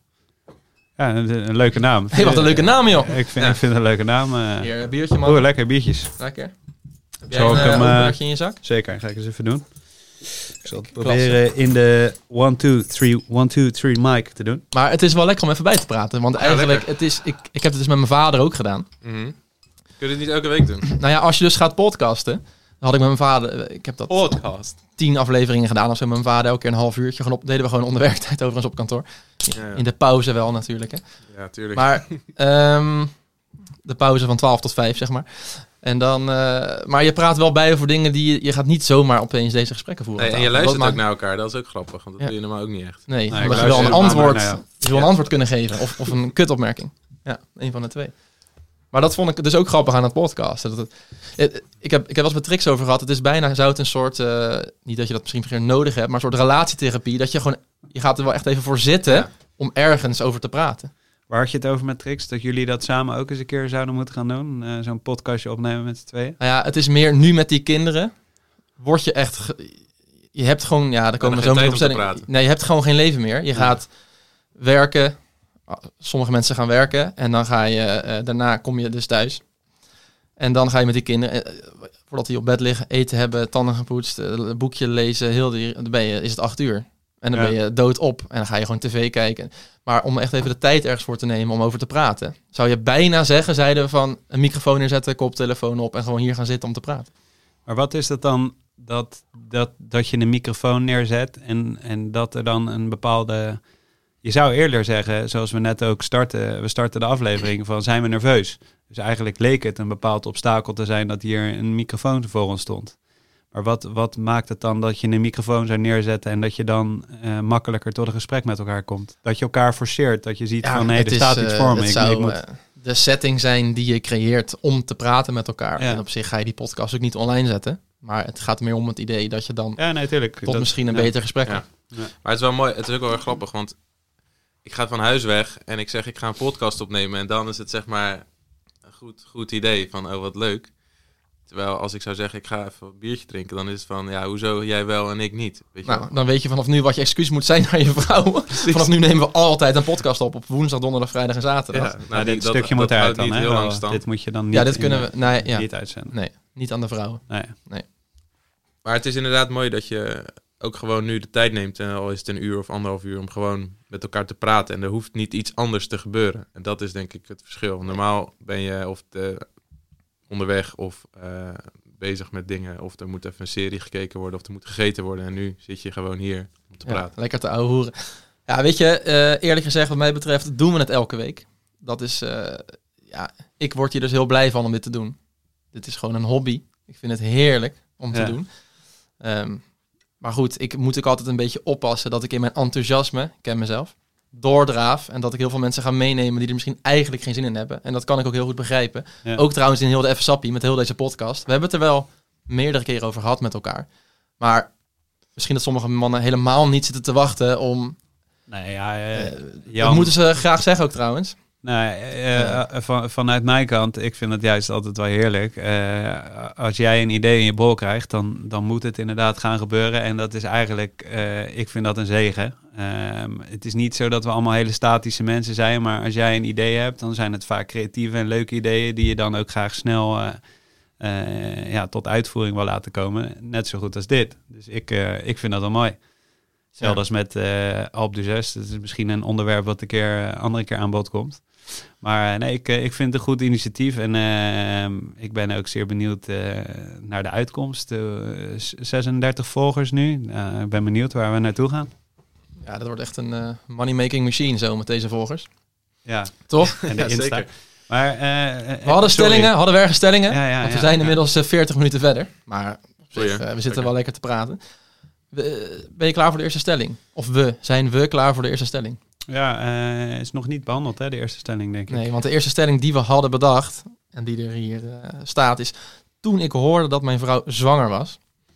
Ja, een, een leuke naam. Hey, wat een leuke naam, joh. Ik vind, Ja. ik vind het een leuke naam. eh. Hier, een biertje, man. Oeh, lekker biertjes. Lekker. Heb jij Zal een ik uh, hem, open eh, biertje in je zak? Zeker, ga ik eens even doen. Ik zal het Klasse. proberen in de one two three one two three mic te doen. Maar het is wel lekker om even bij te praten. Want eigenlijk, lekker. het is, ik, ik heb het dus met mijn vader ook gedaan. Mm-hmm. Kun je dit niet elke week doen? Nou ja, als je dus gaat podcasten, dan had ik met mijn vader, ik heb dat Podcast. tien afleveringen gedaan of zo met mijn vader, elke keer een half uurtje. Gewoon op, deden we gewoon onder werktijd overigens op kantoor. Ja, ja. In de pauze wel natuurlijk, hè. ja, tuurlijk. Maar ehm, de pauze van twaalf tot vijf, zeg maar. En dan, uh, maar je praat wel bij over dingen die je, je gaat niet zomaar opeens deze gesprekken voeren. Nee, aan en je tafel. luistert Dat ook maakt- naar elkaar. Dat is ook grappig, want dat Ja. doe je normaal ook niet echt. Nee, Nee, omdat ik je wel een luister antwoord, maar naar jou. je wil een antwoord kunnen geven. Of, of een kutopmerking. Ja, een van de twee. Maar dat vond ik dus ook grappig aan het podcast. Dat het, het- ik, heb, ik heb wel eens met Trix over gehad. Het is bijna, zou het een soort, uh, niet dat je dat misschien meer nodig hebt, maar een soort relatietherapie. Dat je gewoon, je gaat er wel echt even voor zitten Ja. om ergens over te praten. Waar had je het over met Trix? Dat jullie dat samen ook eens een keer zouden moeten gaan doen? Uh, Zo'n podcastje opnemen met z'n tweeën? Nou ja, het is meer nu met die kinderen. Word je echt, ge- je hebt gewoon, ja, daar komen we geen zo tijd meteen op om te stelling. praten. Nee, je hebt gewoon geen leven meer. Je gaat werken. Sommige mensen gaan werken en dan ga je, uh, daarna kom je dus thuis. En dan ga je met die kinderen, eh, voordat die op bed liggen, eten hebben, tanden gepoetst, eh, een boekje lezen, heel die, dan ben je, is het acht uur. En dan Ja. ben je dood op en dan ga je gewoon tv kijken. Maar om echt even de tijd ergens voor te nemen om over te praten, zou je bijna zeggen, zeiden we van een microfoon neerzetten, koptelefoon op en gewoon hier gaan zitten om te praten. Maar wat is dat dan dat, dat, dat je een microfoon neerzet en, en dat er dan een bepaalde je zou eerder zeggen, zoals we net ook starten, we starten de aflevering van zijn we nerveus. Dus eigenlijk leek het een bepaald obstakel te zijn dat hier een microfoon voor ons stond. Maar wat, wat maakt het dan dat je een microfoon zou neerzetten en dat je dan uh, makkelijker tot een gesprek met elkaar komt? Dat je elkaar forceert, dat je ziet Ja, van nee, het er is, staat iets uh, voor me. Het Ik, zou ik moet... uh, de setting zijn die je creëert om te praten met elkaar. Ja. En op zich ga je die podcast ook niet online zetten. Maar het gaat meer om het idee dat je dan Ja, nee, tuurlijk. tot Dat- misschien een ja. beter gesprek Ja. hebt. Maar het is wel mooi, het is ook wel erg grappig, want ik ga van huis weg en ik zeg ik ga een podcast opnemen en dan is het zeg maar een goed, goed idee van oh wat leuk. Terwijl als ik zou zeggen ik ga even een biertje drinken, dan is het van ja hoezo jij wel en ik niet. Weet je wel? Nou, dan weet je vanaf nu wat je excuus moet zijn naar je vrouw. Vanaf nu nemen we altijd een podcast op op woensdag, donderdag, vrijdag en zaterdag. Ja, Ja, nou, dit die- stukje moet dat eruit houdt dan. niet Hè? heel Wel, lang stand. dit moet je dan niet dit kunnen in, we... Nee, ja. niet uitzenden. nee, niet aan de vrouwen. Nee. Maar het is inderdaad mooi dat je ook gewoon nu de tijd neemt, en al is het een uur of anderhalf uur, om gewoon met elkaar te praten. En er hoeft niet iets anders te gebeuren. En dat is denk ik het verschil. Normaal ben je of de, onderweg of uh, bezig met dingen, of er moet even een serie gekeken worden, of er moet gegeten worden. En nu zit je gewoon hier om te Ja, praten. lekker te ouwe hoeren. Ja, weet je, uh, eerlijk gezegd wat mij betreft doen we het elke week. Dat is... Uh, ja, ik word hier dus heel blij van om dit te doen. Dit is gewoon een hobby. Ik vind het heerlijk om te Ja. doen. Um, maar goed, ik moet ook altijd een beetje oppassen dat ik in mijn enthousiasme, ik ken mezelf, doordraaf. En dat ik heel veel mensen ga meenemen die er misschien eigenlijk geen zin in hebben. En dat kan ik ook heel goed begrijpen. Ja. Ook trouwens in heel de Even Sappie, met heel deze podcast. We hebben het er wel meerdere keren over gehad met elkaar. Maar misschien dat sommige mannen helemaal niet zitten te wachten om... Nee, ja, uh, Uh, Jan, dat moeten ze graag zeggen ook trouwens. Nou, uh, uh, van, vanuit mijn kant, ik vind het juist altijd wel heerlijk. Uh, als jij een idee in je bol krijgt, dan, dan moet het inderdaad gaan gebeuren. En dat is eigenlijk, uh, ik vind dat een zegen. Uh, het is niet zo dat we allemaal hele statische mensen zijn, maar als jij een idee hebt, dan zijn het vaak creatieve en leuke ideeën die je dan ook graag snel uh, uh, ja, tot uitvoering wil laten komen. Net zo goed als dit. Dus ik, uh, ik vind dat wel mooi. Hetzelfde als met uh, Alpe d'Huez. Dat is misschien een onderwerp wat een keer, uh, andere keer aan bod komt. Maar uh, nee, ik, uh, ik vind het een goed initiatief. En uh, ik ben ook zeer benieuwd uh, naar de uitkomst. Uh, zesendertig volgers nu. Uh, ik ben benieuwd waar we naartoe gaan. Ja, dat wordt echt een uh, money-making machine zo met deze volgers. Ja, Toch? en de Ja, Insta. zeker. Maar, uh, We hadden sorry. stellingen, hadden we ergens stellingen. Ja, ja, want we ja, zijn ja. inmiddels uh, veertig minuten verder. Maar op zich, Goeie. uh, we zitten Lekker. wel lekker te praten. We, uh, ben je klaar voor de eerste stelling? Of we, zijn we klaar voor de eerste stelling? Ja, uh, is nog niet behandeld, hè, de eerste stelling, denk ik. Nee, want de eerste stelling die we hadden bedacht, en die er hier uh, staat, is... Toen ik hoorde dat mijn vrouw zwanger was,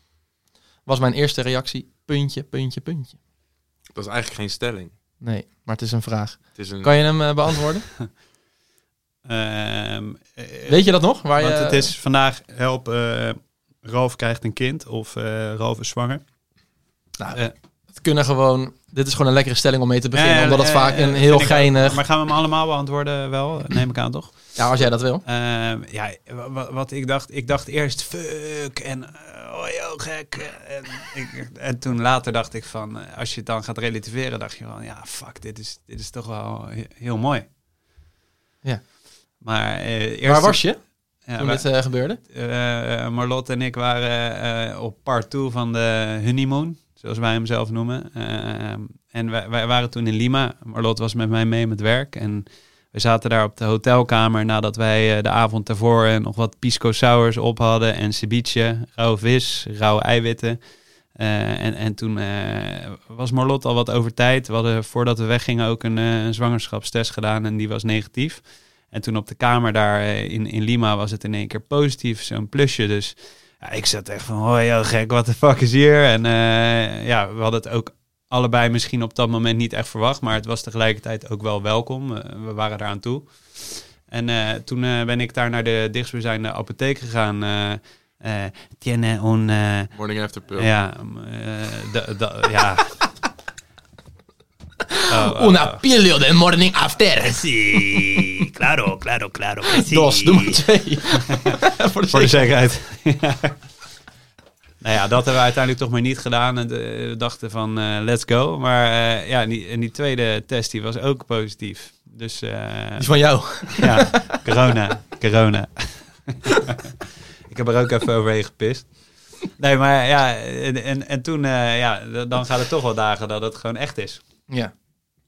was mijn eerste reactie puntje, puntje, puntje. Dat is eigenlijk geen stelling. Nee, maar het is een vraag. Het is een... Kan je hem uh, beantwoorden? Um, Weet je dat nog? Waar Want je, het is vandaag, help, uh, Ralf krijgt een kind of uh, Ralf is zwanger. Nou, Uh, het kunnen gewoon... Dit is gewoon een lekkere stelling om mee te beginnen. Ja, omdat het eh, vaak eh, een vind heel ik ook. geinig... Maar gaan we hem allemaal beantwoorden wel? Neem ik aan, toch? Ja, als jij dat wil. Uh, ja, wat, wat ik dacht, ik dacht eerst fuck en uh, oh joh, gek. En, ik, en toen later dacht ik van, uh, als je het dan gaat relativeren, dacht je van, ja, fuck, dit is, dit is toch wel he- heel mooi. Ja. Maar uh, eerst... Waar was je Ja, toen wij- dit uh, gebeurde? Uh, Marlotte en ik waren uh, op part two van de honeymoon, zoals wij hem zelf noemen. Uh, en wij, wij waren toen in Lima. Marlotte was met mij mee met werk. En we zaten daar op de hotelkamer nadat wij uh, de avond daarvoor uh, nog wat pisco sours op hadden. En ceviche, rauwe vis, rauwe eiwitten. Uh, en, en toen uh, was Marlotte al wat over tijd. We hadden voordat we weggingen ook een, uh, een zwangerschapstest gedaan en die was negatief. En toen op de kamer daar in, in Lima was het in één keer positief, zo'n plusje. Dus ja, ik zat echt van, oh ja, gek, wat de fuck is hier? En uh, ja, we hadden het ook allebei misschien op dat moment niet echt verwacht. Maar het was tegelijkertijd ook wel welkom. Uh, we waren eraan toe. En uh, toen uh, ben ik daar naar de dichtstbijzijnde apotheek gegaan. Uh, uh, tiene un... Uh, Morning after pill. ja, uh, da, da, ja... Oh, oh, Una oh. pilio de morning after. Sí, claro, claro, claro. Sí. Dos, doe maar twee. Voor de Voor de zekerheid. zekerheid. Ja. Nou ja, dat hebben we uiteindelijk toch maar niet gedaan. En uh, we dachten van, uh, let's go. Maar uh, ja, en die, en die tweede test die was ook positief. Dus uh, Die is van jou. ja, corona, corona. Ik heb er ook even overheen gepist. Nee, maar ja, en, en, en toen, uh, ja, dan gaat het toch wel dagen dat het gewoon echt is. Ja.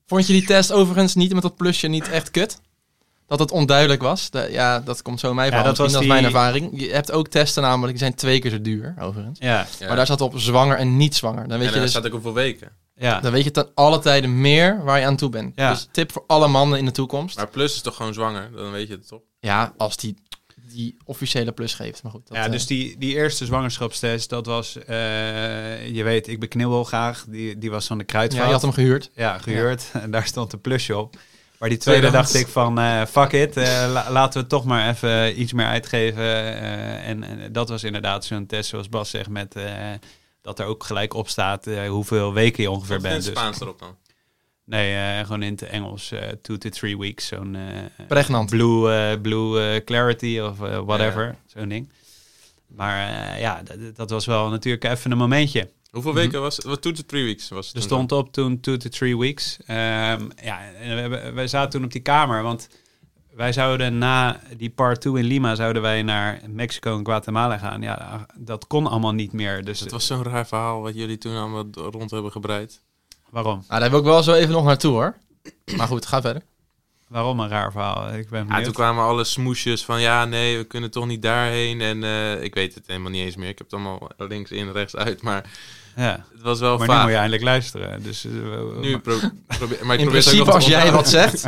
Vond je die test overigens niet met dat plusje niet echt kut? Dat het onduidelijk was? De, ja, dat komt zo in mijn Ja, verhaal. dat was dat is die- mijn ervaring. Je hebt ook testen namelijk, die zijn twee keer zo duur, overigens. Ja, Ja. Maar daar staat op zwanger en niet zwanger. Dan weet en je daar dus, staat ook hoeveel weken. ja. dan weet je ten alle tijden meer waar je aan toe bent. Ja. Dus tip voor alle mannen in de toekomst. Maar plus is toch gewoon zwanger? Dan weet je het toch? Ja, als die die officiële plus geeft. Maar goed, dat, ja, eh, dus die, die eerste zwangerschapstest, dat was, eh, je weet, ik beknibbel graag. Die, die was van de ja, Kruidvat. je had hem gehuurd. Ja, gehuurd. En daar stond een plusje op. Maar die tweede Tweedehands. dacht ik van, eh, fuck it. eh, la- laten we toch maar even iets meer uitgeven. eh, en, en dat was inderdaad zo'n test zoals Bas zegt. Met, eh, dat er ook gelijk op staat eh, hoeveel weken je ongeveer Wat in bent. het Dus, Spaans erop dan? nee, eh, gewoon in het Engels. eh, two to three weeks. Zo'n eh, Pregnant. blue, eh, blue eh, clarity of eh, whatever. Ja. Zo'n ding. Maar eh, ja, dat, dat was wel natuurlijk even een momentje. Hoeveel Mhm. weken was het? Wat two to three weeks was het Er toen stond op toen two to three weeks. Ehm, ja, en we, hebben- wij zaten toen op die kamer, want wij zouden na die part two in Lima zouden wij naar Mexico en Guatemala gaan. Ja, dat kon allemaal niet meer. Dus Het was zo'n raar verhaal wat jullie toen allemaal rond hebben gebreid. waarom? Nou, daar wil ik wel zo even nog naartoe hoor. Maar goed, ga verder. Waarom een raar verhaal? Ik ben Ja, benieuwd. toen kwamen alle smoesjes van ja, nee, we kunnen toch niet daarheen. En eh, ik weet het helemaal niet eens meer. Ik heb het allemaal links in, rechts uit. Maar Ja. het was wel Maar nu vaag. moet je eindelijk luisteren. Dus, eh, we- Nu pro probeer, maar ik In probeer het ook principe, nog als te jij onthouden. wat zegt.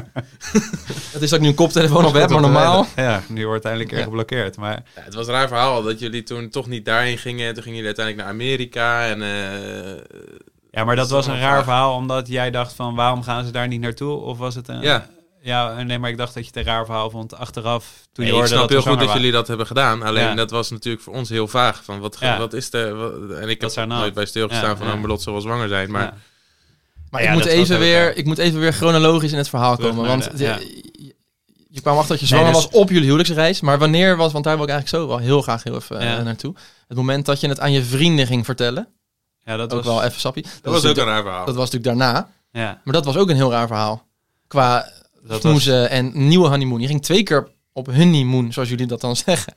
Het is dat ik nu een koptelefoon op heb, maar normaal. Ja, nu wordt eindelijk keer Ja. geblokkeerd. Maar Ja, het was een raar verhaal dat jullie toen toch niet daarheen gingen. En toen gingen jullie uiteindelijk naar Amerika. En, eh, ja, maar dat is was een allemaal raar vaag. verhaal omdat jij dacht van waarom gaan ze daar niet naartoe? Of was het een... Ja. Ja, nee, maar ik dacht dat je het een raar verhaal vond achteraf toen Nee, je ik hoorde snap dat heel we goed zwanger dat jullie dat hebben gedaan. Alleen Ja. dat was natuurlijk voor ons heel vaag. Van wat, ge- Ja. wat is er? Wat- en ik Wat zou heb nou? nooit bij stilgestaan Ja, van ja. oh, Marlot zal wel zwanger zijn. Maar Ja. Maar Ja, ik, moet dat was even ook, weer, ja. ik moet even weer chronologisch in het verhaal Terug komen. naar Want de- ja. je, je, je kwam achter dat je zwanger dus- was op jullie huwelijksreis. Maar wanneer was, want daar wil ik eigenlijk zo wel heel graag heel even Ja. eh, naartoe. Het moment dat je het aan je vrienden ging vertellen. Ja, dat ook was... wel even sappie. Dat, dat was ook een natuurlijk- raar verhaal. dat was natuurlijk daarna. Ja, Maar dat was ook een heel raar verhaal. Qua dat was... smoezen en nieuwe honeymoon. Je ging twee keer op honeymoon, zoals jullie dat dan zeggen.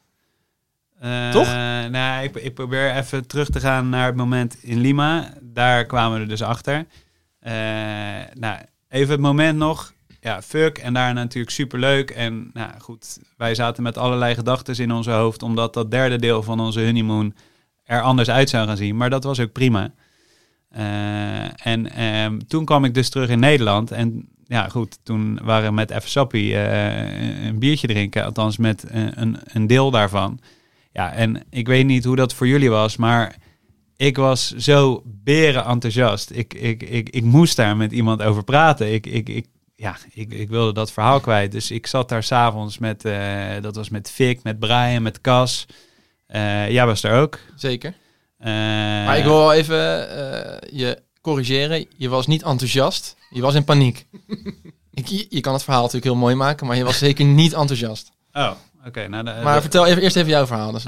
Eh, Toch? Nou, ik, ik probeer even terug te gaan naar het moment in Lima. Daar kwamen we er dus achter. Eh, nou, even het moment nog. Ja, fuck. En daarna natuurlijk superleuk. En nou goed, wij zaten met allerlei gedachten in onze hoofd. Omdat dat derde deel van onze honeymoon er anders uit zou gaan zien. Maar dat was ook prima. Eh, en ehm, toen kwam ik dus terug in Nederland. En ja, goed, toen waren we met Even Sappie eh, een biertje drinken. Althans met een, een, een deel daarvan. Ja, en ik weet niet hoe dat voor jullie was, maar ik was zo beren enthousiast. Ik, ik, ik, ik moest daar met iemand over praten. Ik, ik, ik, ja, ik, ik wilde dat verhaal kwijt. Dus ik zat daar s'avonds met, uh, dat was met Vic, met Brian, met Cas. Uh, jij was er ook. Zeker. Uh, Maar ik wil wel even uh, je corrigeren. Je was niet enthousiast. Je was in paniek. ik, je, je kan het verhaal natuurlijk heel mooi maken, maar je was zeker niet enthousiast. Oh, oké. Okay, nou, maar de, vertel even, eerst even jouw verhaal. Dus.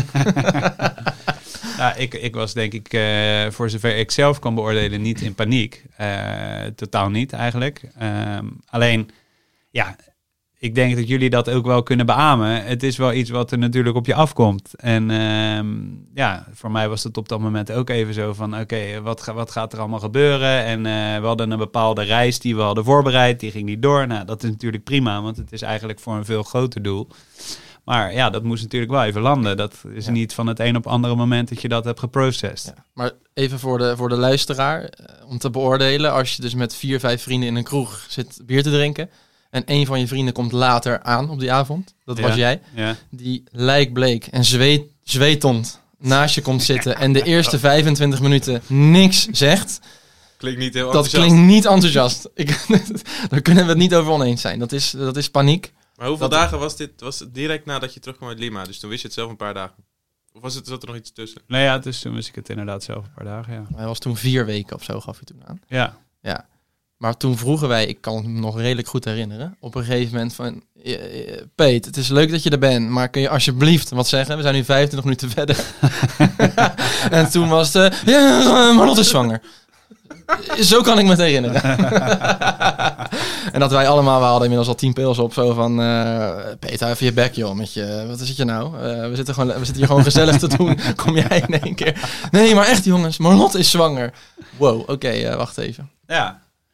ja, ik, ik was denk ik, uh, voor zover ik zelf kan beoordelen, niet in paniek. Uh, totaal niet eigenlijk. Um, alleen, ja, ik denk dat jullie dat ook wel kunnen beamen. Het is wel iets wat er natuurlijk op je afkomt. En um, ja, voor mij was het op dat moment ook even zo van... oké, okay, wat, ga, wat gaat er allemaal gebeuren? En uh, we hadden een bepaalde reis die we hadden voorbereid. Die ging niet door. Nou, dat is natuurlijk prima, want het is eigenlijk voor een veel groter doel. Maar ja, dat moest natuurlijk wel even landen. Dat is ja. niet van het een op andere moment dat je dat hebt geprocessed. Ja, maar even voor de, voor de luisteraar, uh, om te beoordelen... als je dus met vier, vijf vrienden in een kroeg zit bier te drinken... en een van je vrienden komt later aan op die avond, dat ja. was jij... Ja. die lijkbleek en zweet, zweetend naast je komt zitten... en de eerste vijfentwintig minuten niks zegt... Klinkt niet heel dat klinkt niet enthousiast. Ik, daar kunnen we het niet over oneens zijn. Dat is, dat is paniek. Maar hoeveel dat dagen was dit? Was het direct nadat je terugkwam uit Lima? Dus toen wist je het zelf een paar dagen? Of was het, zat er nog iets tussen? Nou ja, dus toen wist ik het inderdaad zelf een paar dagen, ja. Hij was toen vier weken of zo, gaf je toen aan. Ja. Ja. Maar toen vroegen wij, ik kan het me nog redelijk goed herinneren... op een gegeven moment van... Peet, het is leuk dat je er bent, maar kun je alsjeblieft wat zeggen? We zijn nu vijfentwintig minuten verder. En toen was het... Uh, ja, Marlot is zwanger. Zo kan ik me het herinneren. En dat wij allemaal, we hadden inmiddels al tien pils op, zo van... Uh, Peter, even je bek, joh, met je... Wat is het je nou? Uh, we, zitten gewoon, we zitten hier gewoon gezellig te doen. Kom jij in één keer... Nee, maar echt jongens, Marlot is zwanger. Wow, oké, okay, uh, wacht even. Ja.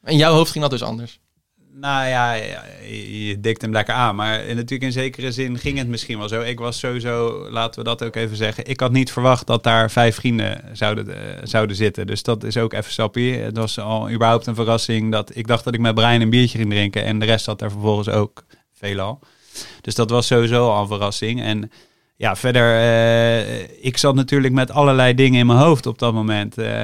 In jouw hoofd ging dat dus anders. Nou ja, ja, je, je dikt hem lekker aan. Maar in, natuurlijk in zekere zin ging het misschien wel zo. Ik was sowieso, laten we dat ook even zeggen... Ik had niet verwacht dat daar vijf vrienden zouden, uh, zouden zitten. Dus dat is ook even sappie. Het was al überhaupt een verrassing. Dat ik dacht dat ik met Brian een biertje ging drinken. En de rest zat daar vervolgens ook veelal. Dus dat was sowieso al een verrassing. En ja, verder... Uh, ik zat natuurlijk met allerlei dingen in mijn hoofd op dat moment... Uh,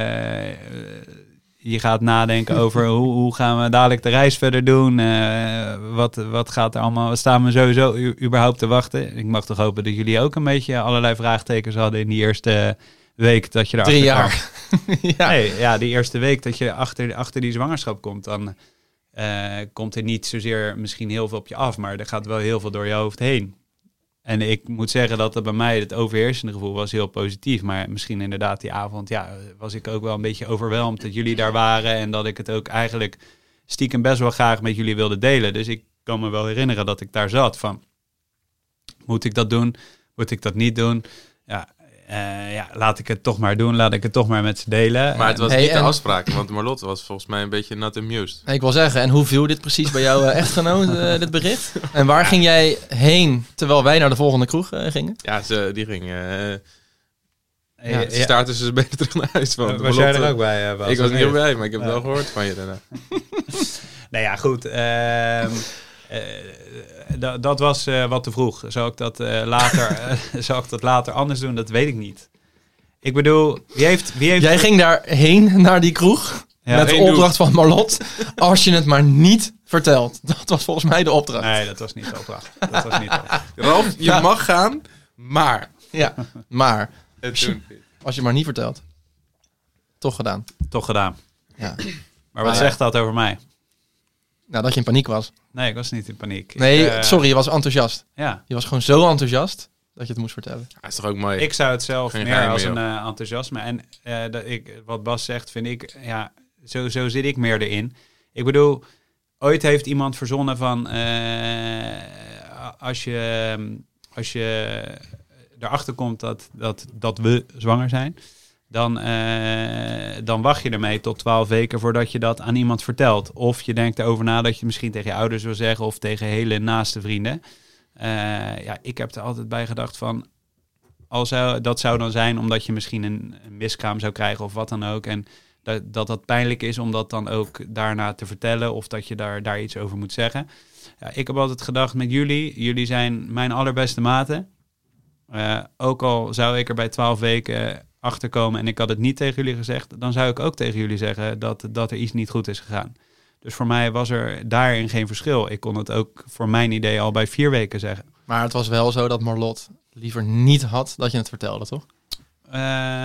Je gaat nadenken over hoe, hoe gaan we dadelijk de reis verder doen. Uh, wat, wat gaat er allemaal? Wat staan we sowieso u, überhaupt te wachten? Ik mag toch hopen dat jullie ook een beetje allerlei vraagtekens hadden in die eerste week dat je erachter Drie jaar. ja. Nee, ja, die eerste week dat je achter, achter die zwangerschap komt, dan uh, komt er niet zozeer misschien heel veel op je af, maar er gaat wel heel veel door je hoofd heen. En ik moet zeggen dat het bij mij het overheersende gevoel was heel positief. Maar misschien inderdaad die avond ja, was ik ook wel een beetje overweldigd dat jullie daar waren. En dat ik het ook eigenlijk stiekem best wel graag met jullie wilde delen. Dus ik kan me wel herinneren dat ik daar zat van, moet ik dat doen? Moet ik dat niet doen? Ja, uh, ja laat ik het toch maar doen. Laat ik het toch maar met ze delen. Maar het was Hey, niet de en- afspraak, want Marlotte was volgens mij een beetje not amused. Ik wil zeggen, en hoe viel dit precies bij jouw uh, echtgenoot, uh, dit bericht? En waar ging jij heen terwijl wij naar de volgende kroeg uh, gingen? Ja, ze, die ging... Uh, Ja, ja, ze staarten ze beter terug naar huis. Want was jij er Marlotte- ook bij? Uh, Bas? Ik was Of niet niet? bij, maar ik heb het Ja. wel gehoord van je daarna. Nou ja, goed. ehm, eh, da- dat was eh, wat te vroeg. Zou ik dat eh, later, eh, zou ik dat later anders doen? Dat weet ik niet. Ik bedoel, wie heeft... Wie heeft Jij ging daarheen, naar die kroeg, Ja, met de één opdracht van Marlot, als je het maar niet vertelt. Dat was volgens mij de opdracht. Nee, dat was niet de opdracht. Dat was niet de opdracht. Ralf, je Ja. mag gaan, maar... Ja, maar Het doen. als je maar niet vertelt. Toch gedaan. Toch gedaan. Ja. Maar wat Ah, ja. zegt dat over mij? Nou, dat je in paniek was. Nee, ik was niet in paniek. Nee, Ik, eh, sorry, je was enthousiast. Ja. Je was gewoon zo enthousiast dat je het moest vertellen. Ja, is toch ook mooi? Ik zou het zelf Geen meer geheim als meer, een uh, enthousiasme. En uh, dat ik, wat Bas zegt, vind ik, ja, zo, zo zit ik meer erin. Ik bedoel, ooit heeft iemand verzonnen van, uh, als je, als je erachter komt dat, dat, dat we zwanger zijn, dan, uh, dan wacht je ermee tot twaalf weken voordat je dat aan iemand vertelt. Of je denkt erover na dat je het misschien tegen je ouders wil zeggen of tegen hele naaste vrienden. Uh, ja, ik heb er altijd bij gedacht van, al zou, dat zou dan zijn omdat je misschien een, een miskraam zou krijgen of wat dan ook. En dat, dat dat pijnlijk is om dat dan ook daarna te vertellen of dat je daar, daar iets over moet zeggen. Ja, ik heb altijd gedacht met jullie, jullie zijn mijn allerbeste maten. Uh, ook al zou ik er bij twaalf weken achterkomen en ik had het niet tegen jullie gezegd, dan zou ik ook tegen jullie zeggen dat, dat er iets niet goed is gegaan. Dus voor mij was er daarin geen verschil. Ik kon het ook voor mijn idee al bij vier weken zeggen. Maar het was wel zo dat Marlot liever niet had dat je het vertelde, toch? Uh,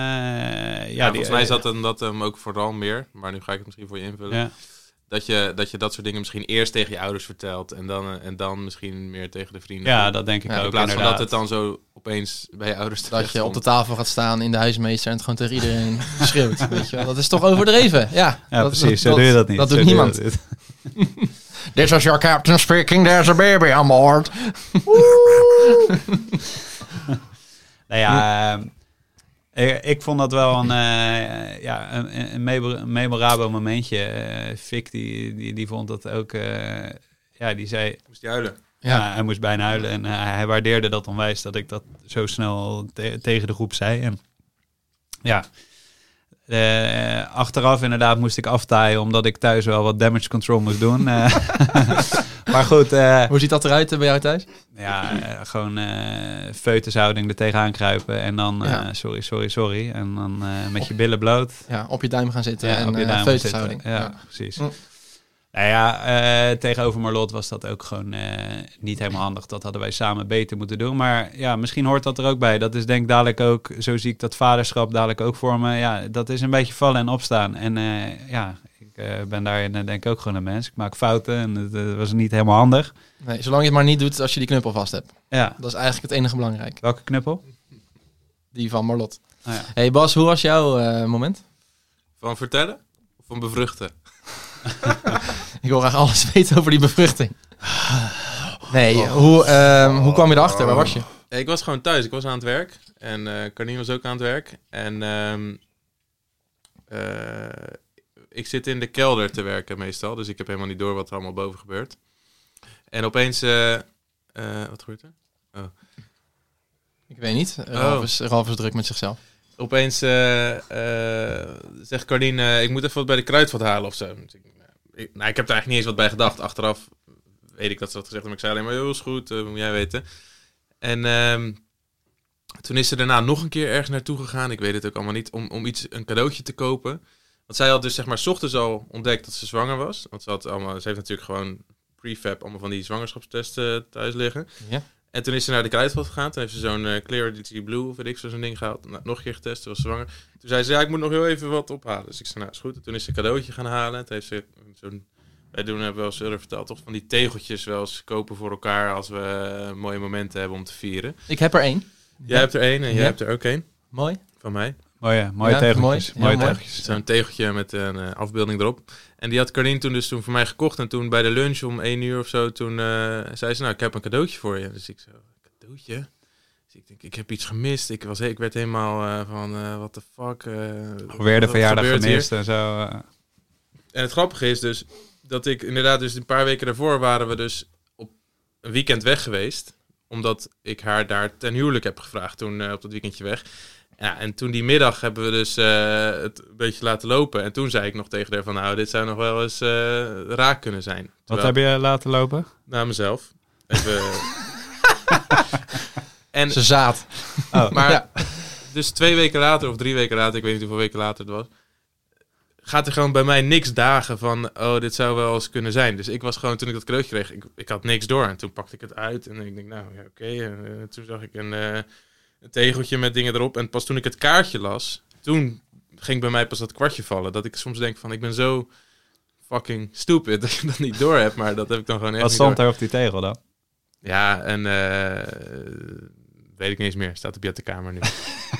ja, Ja, die- volgens mij zat hem dat hem ook vooral meer, maar nu ga ik het misschien voor je invullen. Ja. Dat, je, dat je dat soort dingen misschien eerst tegen je ouders vertelt en dan, eh, en dan misschien meer tegen de vrienden. Ja, dat denk ik Ja, in ook In plaats van inderdaad. dat het dan zo opeens bij je ouders Dat terecht je op de komt. tafel gaat staan in de huismeester en het gewoon tegen iedereen schreeuwt. Weet je wel? Dat is toch overdreven? Ja, Ja, dat, precies. Zo doe je dat niet. Dat Zo doet doe je niemand. dat niet. This is your captain speaking, there's a baby on board. Nou ja, uh, ik, ik vond dat wel een, uh, ja, een, een, memor- een memorabel momentje. Uh, Fik, die, die, die vond dat ook... Uh, ja, die zei... Moest je huilen? Ja. Ja, hij moest bijna huilen. En uh, hij waardeerde dat onwijs dat ik dat zo snel te- tegen de groep zei. En ja... Uh, achteraf inderdaad moest ik aftaaien omdat ik thuis wel wat damage control moest doen. Uh, maar goed. Uh, Hoe ziet dat eruit uh, bij jou thuis? ja, uh, gewoon uh, feutushouding er tegenaan kruipen en dan uh, Ja. sorry, sorry, sorry. En dan uh, met je billen bloot. Ja, op je duim gaan zitten Ja, en op je uh, duim feutushouding. zitten. Ja, Ja. precies. Mm. Nou ja, uh, tegenover Marlot was dat ook gewoon uh, niet helemaal handig. Dat hadden wij samen beter moeten doen. Maar ja, misschien hoort dat er ook bij. Dat is denk ik dadelijk ook, zo zie ik dat vaderschap dadelijk ook voor me. Ja, dat is een beetje vallen en opstaan. En uh, ja, ik uh, ben daarin uh, denk ik ook gewoon een mens. Ik maak fouten en het uh, was niet helemaal handig. Nee, zolang je het maar niet doet als je die knuppel vast hebt. Ja, Dat is eigenlijk het enige belangrijk. welke knuppel? Die van Marlot. Oh ja. Hey Bas, hoe was jouw uh, moment? Van vertellen of van bevruchten? Ik wil graag alles weten over die bevruchting. Nee, hoe, um, hoe kwam je erachter? Waar was je? Ja, ik was gewoon thuis. Ik was aan het werk. En uh, Carnien was ook aan het werk. En um, uh, ik zit in de kelder te werken meestal. Dus ik heb helemaal niet door wat er allemaal boven gebeurt. En opeens... Uh, uh, wat gebeurt er? Oh. Ik weet niet. Ralf is, Ralf is druk met zichzelf. Opeens uh, uh, zegt Carlien, uh, ik moet even wat bij de kruidvat halen of zo. Dus ik, ik, nou, ik heb er eigenlijk niet eens wat bij gedacht. Achteraf weet ik dat ze dat gezegd hebben. Maar ik zei alleen maar, heel is goed, uh, moet jij weten. En uh, toen is ze daarna nog een keer ergens naartoe gegaan. Ik weet het ook allemaal niet. Om, om iets, een cadeautje te kopen. Want zij had dus zeg maar 's ochtends al ontdekt dat ze zwanger was. Want ze, had allemaal, ze heeft natuurlijk gewoon prefab allemaal van die zwangerschapstesten thuis liggen. Ja. En toen is ze naar de kruidvat gegaan. Toen heeft ze zo'n uh, Clarity Blue, of weet ik zo, zo'n ding gehaald. Nou, nog een keer getest, ze was zwanger. Toen zei ze, ja, ik moet nog heel even wat ophalen. Dus ik zei, nou, is goed. En toen is ze een cadeautje gaan halen. Toen heeft ze zo'n... Wij doen, hebben we wel eens eerder verteld, toch? Van die tegeltjes wel eens kopen voor elkaar als we uh, mooie momenten hebben om te vieren. Ik heb er één. Jij ja. hebt er één en jij ja. hebt er ook één. Mooi. Van mij. Mooie, mooie ja, tegeltjes. Mooi. Mooie Ja, tegeltjes. Zo'n tegeltje met een uh, afbeelding erop. En die had Carlien toen dus toen voor mij gekocht. En toen bij de lunch om één uur of zo, toen uh, zei ze, nou, ik heb een cadeautje voor je. Dus ik zo, cadeautje? Dus ik denk, ik heb iets gemist. Ik, was, ik werd helemaal uh, van, uh, what the fuck. Uh, Weer de verjaardag gemist hier? en zo. Uh. En het grappige is dus, dat ik inderdaad dus een paar weken daarvoor waren we dus op een weekend weg geweest. Omdat ik haar daar ten huwelijk heb gevraagd toen uh, op dat weekendje weg. Ja, en toen die middag hebben we dus uh, het een beetje laten lopen. En toen zei ik nog tegen haar van, nou, dit zou nog wel eens uh, raak kunnen zijn. Terwijl, Wat heb je laten lopen? naar mezelf. Even... en, Ze zaad. Oh. maar Ja. dus twee weken later of drie weken later, ik weet niet hoeveel weken later het was, gaat er gewoon bij mij niks dagen van, oh, dit zou wel eens kunnen zijn. Dus ik was gewoon, toen ik dat cadeautje kreeg, ik, ik had niks door. En toen pakte ik het uit en ik denk, nou, ja, oké. Okay. En uh, toen zag ik een, uh, een tegeltje met dingen erop. En pas toen ik het kaartje las, toen ging bij mij pas dat kwartje vallen. Dat ik soms denk van, ik ben zo fucking stupid dat je dat niet door hebt. Maar dat heb ik dan gewoon echt Wat niet stond door. er op die tegel dan? Ja, en uh, weet ik niet eens meer. Staat op je kamer nu.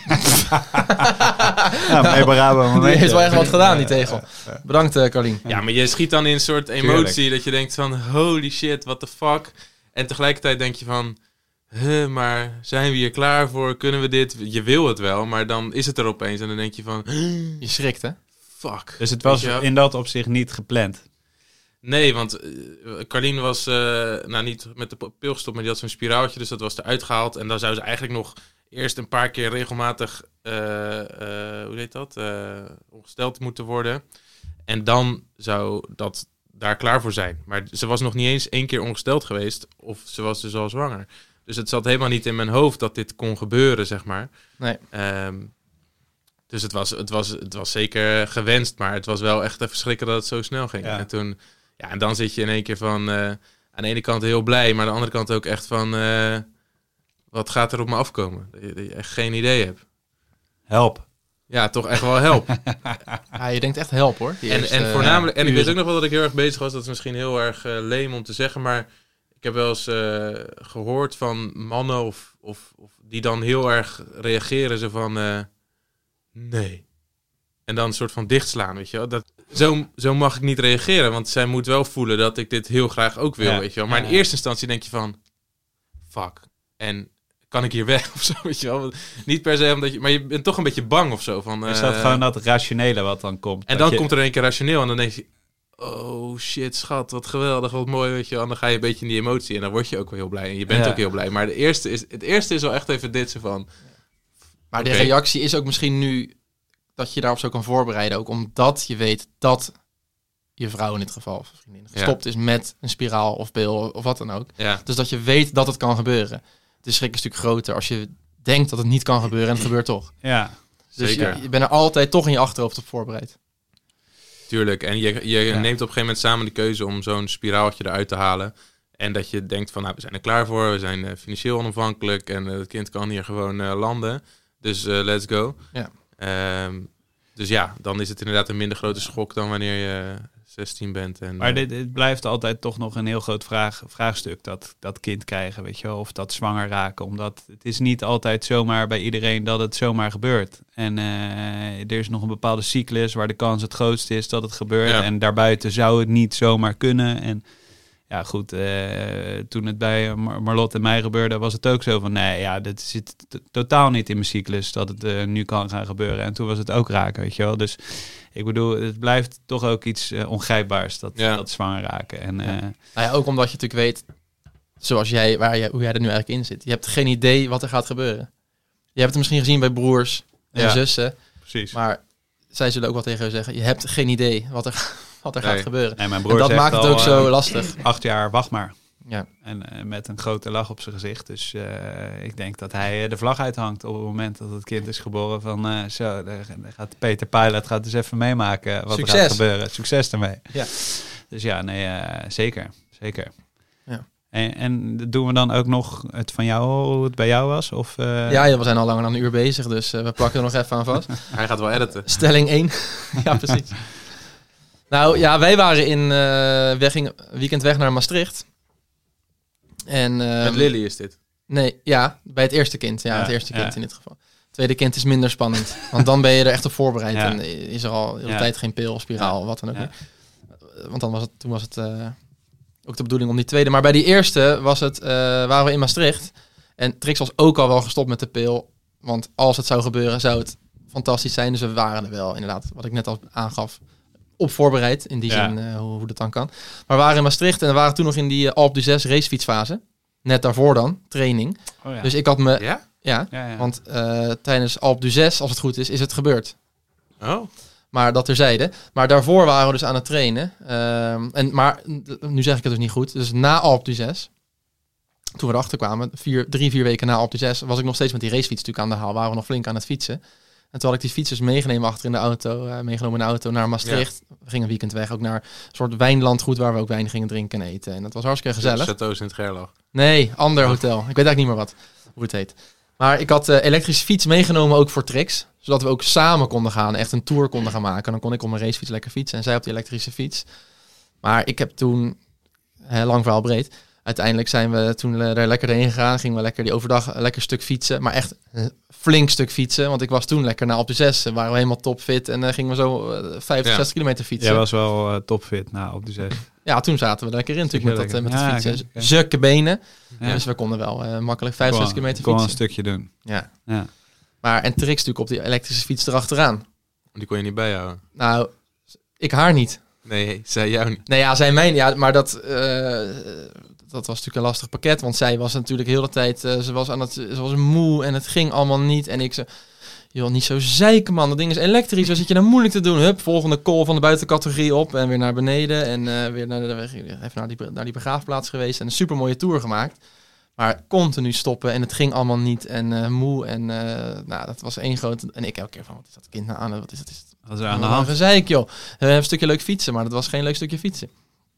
Ja, memorabel Die momentje. heeft wel echt wat gedaan, die tegel. Bedankt, uh, Carlien. Ja, maar je schiet dan in een soort emotie Tuurlijk. Dat je denkt van, holy shit, what the fuck. En tegelijkertijd denk je van, huh, maar zijn we hier klaar voor? Kunnen we dit? Je wil het wel, maar dan is het er opeens. En dan denk je van, Je schrikt, hè? fuck. Dus het was Weet je wel? in dat opzicht niet gepland. Nee, want uh, Carlien was uh, nou niet met de pil gestopt, maar die had zo'n spiraaltje, dus dat was eruit gehaald. En dan zou ze eigenlijk nog eerst een paar keer regelmatig, uh, uh, hoe heet dat, uh, ongesteld moeten worden. En dan zou dat daar klaar voor zijn. Maar ze was nog niet eens één keer ongesteld geweest, of ze was dus al zwanger. Dus het zat helemaal niet in mijn hoofd dat dit kon gebeuren, zeg maar. Nee. Um, dus het was, het, was, het was zeker gewenst, maar het was wel echt even schrikken dat het zo snel ging. Ja. En toen, ja, en dan zit je in één keer van, uh, aan de ene kant heel blij, maar aan de andere kant ook echt van, uh, wat gaat er op me afkomen? Dat je, dat je echt geen idee hebt. Help. Ja, toch echt wel help. Ja, je denkt echt help, hoor. Die en, eerste, en voornamelijk, en ik uren. weet ook nog wel dat ik heel erg bezig was, dat is misschien heel erg uh, leem om te zeggen, maar ik heb wel eens uh, gehoord van mannen of, of, of die dan heel erg reageren, zo van, uh, nee. En dan een soort van dichtslaan, weet je wel. Dat, zo, zo mag ik niet reageren, want zij moet wel voelen dat ik dit heel graag ook wil, Ja. weet je wel. Maar in Ja. eerste instantie denk je van, fuck. En kan ik hier weg of zo, weet je wel. Niet per se omdat je, maar je bent toch een beetje bang of zo. Van, Is dat uh, gewoon dat rationele wat dan komt? En Dat dan je- komt er in één keer rationeel en dan denk je, oh shit, schat, wat geweldig, wat mooi, weet je wel. En dan ga je een beetje in die emotie en dan word je ook wel heel blij. En je bent Ja. ook heel blij. Maar de eerste is, het eerste is wel echt even dit zo van, Maar de Oké. reactie is ook misschien nu dat je daarop zo kan voorbereiden. Ook omdat je weet dat je vrouw in dit geval, of vriendin, gestopt is met een spiraal of pil of wat dan ook. ja. Dus dat je weet dat het kan gebeuren. De schrik is natuurlijk groter als je denkt dat het niet kan gebeuren en het gebeurt toch. Ja. Dus Zeker. je, je bent er altijd toch in je achterhoofd op voorbereid. Tuurlijk. En je, je Ja. neemt op een gegeven moment samen de keuze om zo'n spiraaltje eruit te halen. En dat je denkt van, nou, we zijn er klaar voor. We zijn uh, financieel onafhankelijk. En uh, het kind kan hier gewoon uh, landen. Dus uh, let's go. Ja. Um, dus ja, dan is het inderdaad een minder grote schok dan wanneer je zestien bent. En, Maar uh, dit, dit blijft altijd toch nog een heel groot vraag, vraagstuk, dat, dat kind krijgen, weet je wel, of dat zwanger raken. Omdat het is niet altijd zomaar bij iedereen dat het zomaar gebeurt. En uh, er is nog een bepaalde cyclus waar de kans het grootst is dat het gebeurt. Ja. En daarbuiten zou het niet zomaar kunnen. En ja, goed, uh, toen het bij Mar- Marlotte en mij gebeurde, was het ook zo van, nee, ja, dit zit t- totaal niet in mijn cyclus dat het uh, nu kan gaan gebeuren. En toen was het ook raken, weet je wel. Dus ik bedoel, het blijft toch ook iets uh, ongrijpbaars, dat, Ja. dat zwanger raken. En, uh, Nou ja, ook omdat je natuurlijk weet, zoals jij, waar je, hoe jij er nu eigenlijk in zit. Je hebt geen idee wat er gaat gebeuren. Je hebt het misschien gezien bij broers en Ja. zussen, Precies. maar zij zullen ook wel tegen je zeggen, je hebt geen idee wat er, wat er Nee. gaat gebeuren. nee, mijn En broer dat zegt maakt het al, ook zo uh, lastig. acht jaar, wacht maar. Ja. En uh, met een grote lach op zijn gezicht. Dus uh, ik denk dat hij uh, de vlag uithangt op het moment dat het kind is geboren. Van uh, zo, daar gaat Peter Pilot gaat dus even meemaken wat Succes. er gaat gebeuren. Succes ermee. Ja. Dus ja, nee, uh, zeker. Zeker. Ja. En, en doen we dan ook nog het van jou, hoe het bij jou was? Of, uh... Ja, we zijn al langer dan een uur bezig, dus uh, we plakken er nog even aan vast. Hij gaat wel editen. Stelling één. Ja, precies. Nou ja, wij waren in, uh, wij gingen weekend weg naar Maastricht. En, uh, Met Lily is dit. Nee, ja, bij het eerste kind. Ja, Ja, het eerste kind ja. in dit geval. Het tweede kind is minder spannend. Want dan ben je er echt op voorbereid. Ja. En is er al de hele Ja. tijd geen pil, spiraal, Ja. wat dan ook. Ja. meer. Want dan was het, toen was het uh, ook de bedoeling om die tweede. Maar bij die eerste was het, uh, waren we in Maastricht. En Trix was ook al wel gestopt met de pil. Want als het zou gebeuren, zou het fantastisch zijn. Dus we waren er wel, inderdaad, wat ik net al aangaf, op voorbereid. In die Ja. zin, uh, hoe, hoe dat dan kan. Maar we waren in Maastricht en we waren toen nog in die uh, Alpe d'Huez racefietsfase. Net daarvoor dan, training. Oh, ja. Dus ik had me... Ja? Ja, ja, ja. want uh, tijdens Alpe d'Huez, als het goed is, is het gebeurd. Oh. Maar dat terzijde. Maar daarvoor waren we dus aan het trainen. Um, en, maar nu zeg ik het dus niet goed. Dus na Alpe d'Huez, toen we erachter kwamen, vier, drie, vier weken na Alpe d'Huez, was ik nog steeds met die racefiets natuurlijk aan de haal. Waren we nog flink aan het fietsen. En toen had ik die fietsers meegenomen achter in de auto, uh, meegenomen in de auto naar Maastricht. Ja. We gingen een weekend weg, ook naar een soort wijnlandgoed waar we ook wijn gingen drinken en eten. En dat was hartstikke gezellig. Chateaus in het Gerlach. Nee, ander hotel. Ik weet eigenlijk niet meer wat, hoe het heet. Maar ik had uh, elektrische fiets meegenomen ook voor Trix. Zodat we ook samen konden gaan. Echt een tour konden gaan maken. Dan kon ik op mijn racefiets lekker fietsen. En zij op die elektrische fiets. Maar ik heb toen, uh, lang verhaal breed. Uiteindelijk zijn we toen uh, er lekker heen gegaan. Gingen we lekker die overdag een lekker stuk fietsen. Maar echt een flink stuk fietsen. Want ik was toen lekker na Alpe d'Huez. Waren we helemaal topfit. En uh, gingen we zo uh, vijftig, Ja. zestig kilometer fietsen. Jij was wel uh, topfit na op de zes. Ja, toen zaten we lekker in natuurlijk met, dat, uh, met Ja, het fietsen. oké, oké. Zukke benen. Ja. Dus we konden wel uh, makkelijk vijftig, zestig kilometer kon fietsen. een stukje doen. Ja. Ja. Maar en Trix natuurlijk op die elektrische fiets erachteraan. Die kon je niet bijhouden. Nou, ik haar niet. Nee, zij jou niet. Nee, ja, zij mij niet. Ja, maar dat, uh, dat was natuurlijk een lastig pakket. Want zij was natuurlijk heel de hele tijd... Uh, ze, was aan het, ze was moe en het ging allemaal niet. En ik zei... Joh, niet zo zeiken, man. Dat ding is elektrisch. Wat zit je nou moeilijk te doen? Hup, volgende call van de buitencategorie op. En weer naar beneden. En uh, weer naar, de, even naar, die, naar die begraafplaats geweest. En een super mooie tour gemaakt. Maar continu stoppen. En het ging allemaal niet. En uh, moe. En uh, nou, dat was één grote... En ik elke keer van, wat is dat kind nou aan? Wat is dat? Is het? Wat is er aan de Wat hand? een gezeik, joh. We hebben een stukje leuk fietsen. Maar dat was geen leuk stukje fietsen.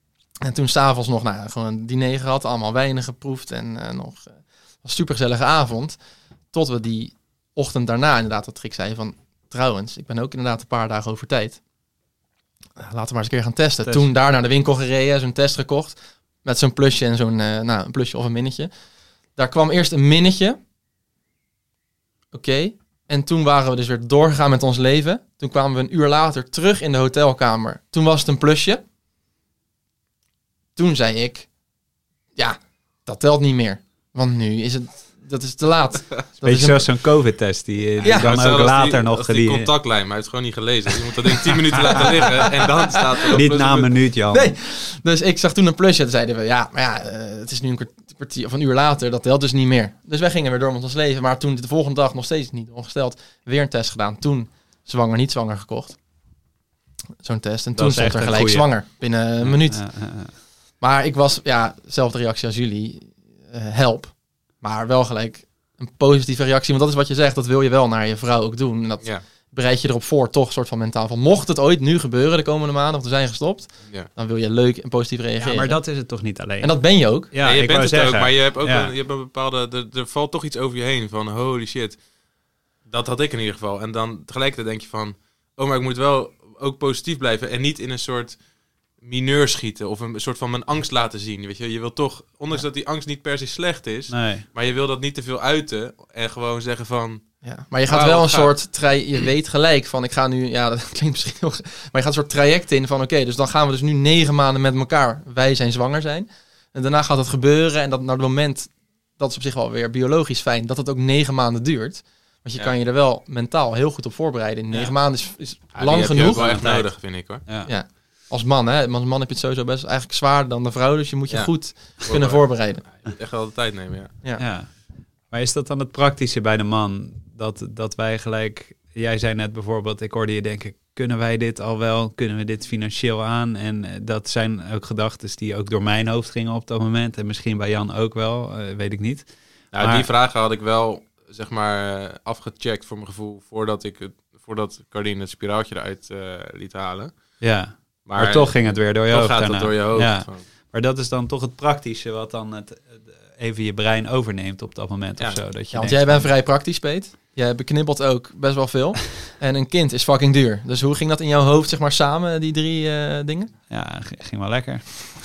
En toen s'avonds nog, nou, gewoon een diner gehad. Allemaal wijnen geproefd. En uh, nog uh, een super gezellige avond. Tot we die... ochtend daarna inderdaad dat Trix zei van... Trouwens, ik ben ook inderdaad een paar dagen over tijd. Laten we maar eens een keer gaan testen. Testen. Toen daar naar de winkel gereden, zo'n test gekocht. Met zo'n plusje en zo'n... Uh, nou, een plusje of een minnetje. Daar kwam eerst een minnetje. Oké. Okay. En toen waren we dus weer doorgegaan met ons leven. Toen kwamen we een uur later terug in de hotelkamer. Toen was het een plusje. Toen zei ik... Ja, dat telt niet meer. Want nu is het... Dat is te laat. Dat Weet is je, een- zoals zo'n COVID-test die, die Ja. dan Hetzelfde ook als later die, nog... als die die- contactlijn, maar hij heeft het gewoon niet gelezen. Je moet dat ding tien minuten laten liggen en dan staat er... op niet plus na een een- minuut, Jan. Nee, dus ik zag toen een plusje. Toen zeiden we, ja, maar ja, uh, het is nu een kwart- kwartier of een uur later. Dat telt dus niet meer. Dus wij gingen weer door met ons leven. Maar toen de volgende dag nog steeds niet ongesteld. Weer een test gedaan. Toen zwanger, niet zwanger gekocht. Zo'n test. En Dat toen is stond echt er een gelijk goeie. zwanger. Binnen een minuut. Ja, ja, ja. Maar ik was, ja, zelfde reactie als jullie. Uh, help. Maar wel gelijk een positieve reactie. Want dat is wat je zegt. Dat wil je wel naar je vrouw ook doen. En dat Ja, bereid je erop voor. Toch soort van mentaal. Van mocht het ooit nu gebeuren de komende maanden. Of we zijn gestopt. ja. Dan wil je leuk en positief reageren. Ja, maar dat is het toch niet alleen? En dat ben je ook. ja, Nee, je ik bent wou het zeggen. ook, maar je hebt ook Ja. een, je hebt een bepaalde... Er, er valt toch iets over je heen van holy shit. Dat had ik in ieder geval. En dan tegelijkertijd denk je van... Oh, maar ik moet wel ook positief blijven. En niet in een soort mineur schieten. Of een soort van mijn angst laten zien. Weet je, je wil toch... Ondanks dat die angst niet per se slecht is... Nee. Maar je wil dat niet te veel uiten. En gewoon zeggen van... Ja, maar je gaat Wauw, wel een wat gaaf. soort... Tra- je weet gelijk van, ik ga nu... Ja, dat klinkt misschien heel... Maar je gaat een soort traject in van, oké, okay, dus dan gaan we dus nu negen maanden met elkaar. Wij zijn zwanger zijn. En daarna gaat het gebeuren. En dat naar het moment... Dat is op zich wel weer biologisch fijn. Dat het ook negen maanden duurt. Want je Ja. kan je er wel mentaal heel goed op voorbereiden. Negen Ja. maanden is, is Ja, die lang heb je ook genoeg. wel echt Tijd. nodig, vind ik hoor. Ja. Ja. Als man, hè. Als man heb je het sowieso best eigenlijk zwaarder dan de vrouw. Dus je moet je Ja. goed kunnen voorbereiden. Je moet echt wel de tijd nemen, ja. Ja. Ja. Maar is dat dan het praktische bij de man? Dat, dat wij gelijk... Jij zei net bijvoorbeeld, ik hoorde je denken... Kunnen wij dit al wel? Kunnen we dit financieel aan? En uh, dat zijn ook gedachten die ook door mijn hoofd gingen op dat moment. En misschien bij Jan ook wel, uh, weet ik niet. Nou, Maar- die vragen had ik wel, zeg maar, uh, afgecheckt voor mijn gevoel... voordat ik het, voordat Carlien het spiraaltje eruit uh, liet halen. Ja, Maar, maar, toch ging het weer door je toch hoofd gaat daarna. het door je hoofd. Ja. Van, Maar dat is dan toch het praktische wat dan het, het- even je brein overneemt op dat moment Ja. of zo. Dat je Ja, want denkt jij bent van, vrij praktisch, Peet. Jij beknibbelt ook best wel veel. En een kind is fucking duur. Dus hoe ging dat in jouw hoofd, zeg maar, samen, die drie uh, dingen? Ja, g- ging wel lekker.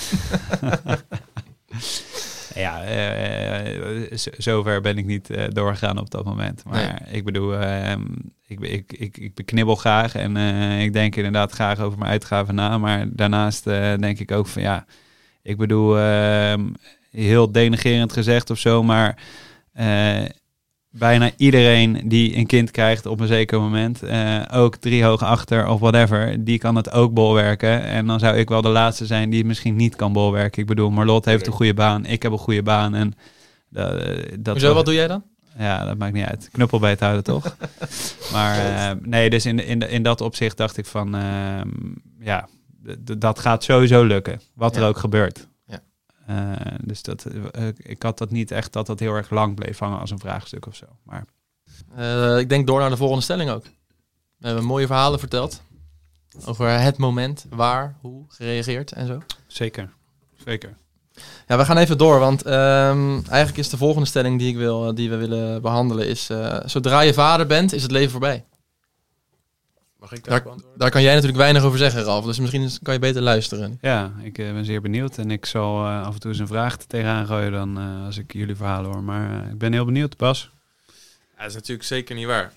ja, uh, z- zover ben ik niet uh, doorgegaan op dat moment. Maar ik bedoel, uh, ik, ik, ik, ik beknibbel graag en uh, ik denk inderdaad graag over mijn uitgaven na. Maar daarnaast uh, denk ik ook van ja, ik bedoel, uh, heel denigrerend gezegd of zo, maar... Uh, bijna iedereen die een kind krijgt op een zeker moment, uh, ook drie hoog achter of whatever, die kan het ook bolwerken. En dan zou ik wel de laatste zijn die het misschien niet kan bolwerken. Ik bedoel, Marlot heeft een goede baan, ik heb een goede baan. En uh, dat Hoezo, wat doe jij dan? Ja, dat maakt niet uit. Knuppel bij het houden, toch? Maar uh, nee, dus in, in, in dat opzicht dacht ik van, uh, ja, d- d- dat gaat sowieso lukken, wat Ja. er ook gebeurt. Ja. Uh, dus dat, uh, ik had dat niet echt dat dat heel erg lang bleef hangen als een vraagstuk of zo. Maar Uh, ik denk door naar de volgende stelling ook. We hebben mooie verhalen verteld. Over het moment, waar, hoe, gereageerd en zo. zeker, zeker. Ja, we gaan even door, want um, eigenlijk is de volgende stelling die, ik wil, die we willen behandelen is... Uh, zodra je vader bent, is het leven voorbij. Mag ik Daar, dat beantwoorden? daar kan jij natuurlijk weinig over zeggen, Ralf. Dus misschien is- kan je beter luisteren. Ja, ik uh, ben zeer benieuwd en ik zal uh, af en toe eens een vraag er tegenaan gooien dan uh, als ik jullie verhalen hoor. Maar uh, ik ben heel benieuwd, Bas. Ja, dat is natuurlijk zeker niet waar.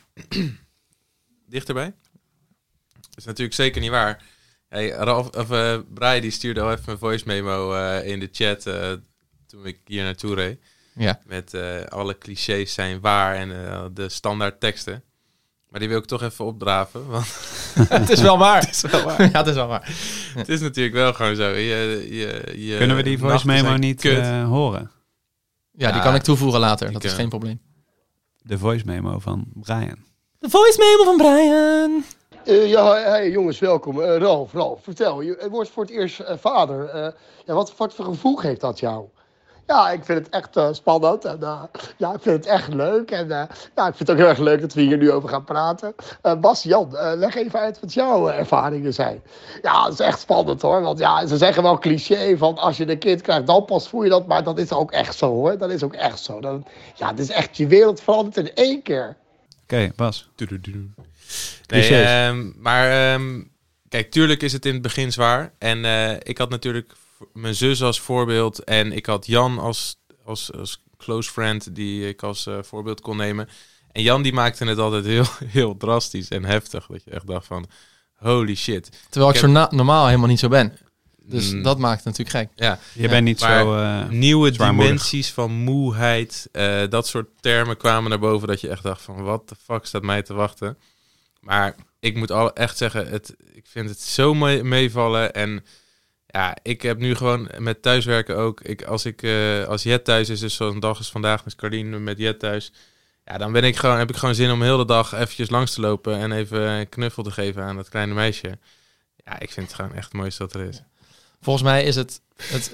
Dichterbij? Dat is natuurlijk zeker niet waar. Hey, Ralf, of, uh, Brian die stuurde al even een voice memo uh, in de chat uh, toen ik hier naartoe reed. Ja. Met uh, alle clichés zijn waar en uh, de standaard teksten. Maar die wil ik toch even opdraven. Want Het is wel waar. het is wel waar. Ja, het is wel waar. Het is natuurlijk wel gewoon zo. Je, je, je Kunnen we die voice nachten memo zijn niet kut. uh, horen? Ja, die Ja, kan ik toevoegen later. die Dat is kan- geen probleem. De voice memo van Brian. De voice memo van Brian. Uh, ja, hey, jongens, welkom. Uh, Ralf, Ralf, vertel. Je wordt voor het eerst uh, vader. Uh, ja, wat, wat voor gevoel geeft dat jou? Ja, ik vind het echt uh, spannend. En, uh, ja, ik vind het echt leuk. En uh, ja, ik vind het ook heel erg leuk dat we hier nu over gaan praten. Uh, Bas, Jan, uh, leg even uit wat jouw uh, ervaringen zijn. Ja, dat is echt spannend hoor. Want ja, ze zeggen wel cliché van als je een kind krijgt, dan pas voel je dat. Maar dat is ook echt zo hoor. Dat is ook echt zo. Dan, ja, het is echt, je wereld verandert in één keer. Oké, okay, Bas. Nee, Clichés. um, maar um, kijk, tuurlijk is het in het begin zwaar. En uh, ik had natuurlijk v- mijn zus als voorbeeld. En ik had Jan als, als, als close friend die ik als uh, voorbeeld kon nemen. En Jan die maakte het altijd heel, heel drastisch en heftig. Dat je echt dacht van, holy shit. Terwijl ik, Ik zo heb- na- normaal helemaal niet zo ben. Dus Mm, dat maakt het natuurlijk gek. ja, Je Ja, bent niet maar zo... Uh, nieuwe zwaarmoedig. dimensies van moeheid. Uh, dat soort termen kwamen naar boven dat je echt dacht van, wat de fuck staat mij te wachten. Maar ik moet al echt zeggen, het, ik vind het zo mee- meevallen. En ja, ik heb nu gewoon met thuiswerken ook. Ik, als, ik, uh, als Jet thuis is, dus zo'n dag als vandaag met Carlien met Jet thuis. Ja, dan ben ik gewoon, heb ik gewoon zin om heel de dag eventjes langs te lopen en even een knuffel te geven aan dat kleine meisje. Ja, ik vind het gewoon echt het mooiste dat er is. Volgens mij is het... het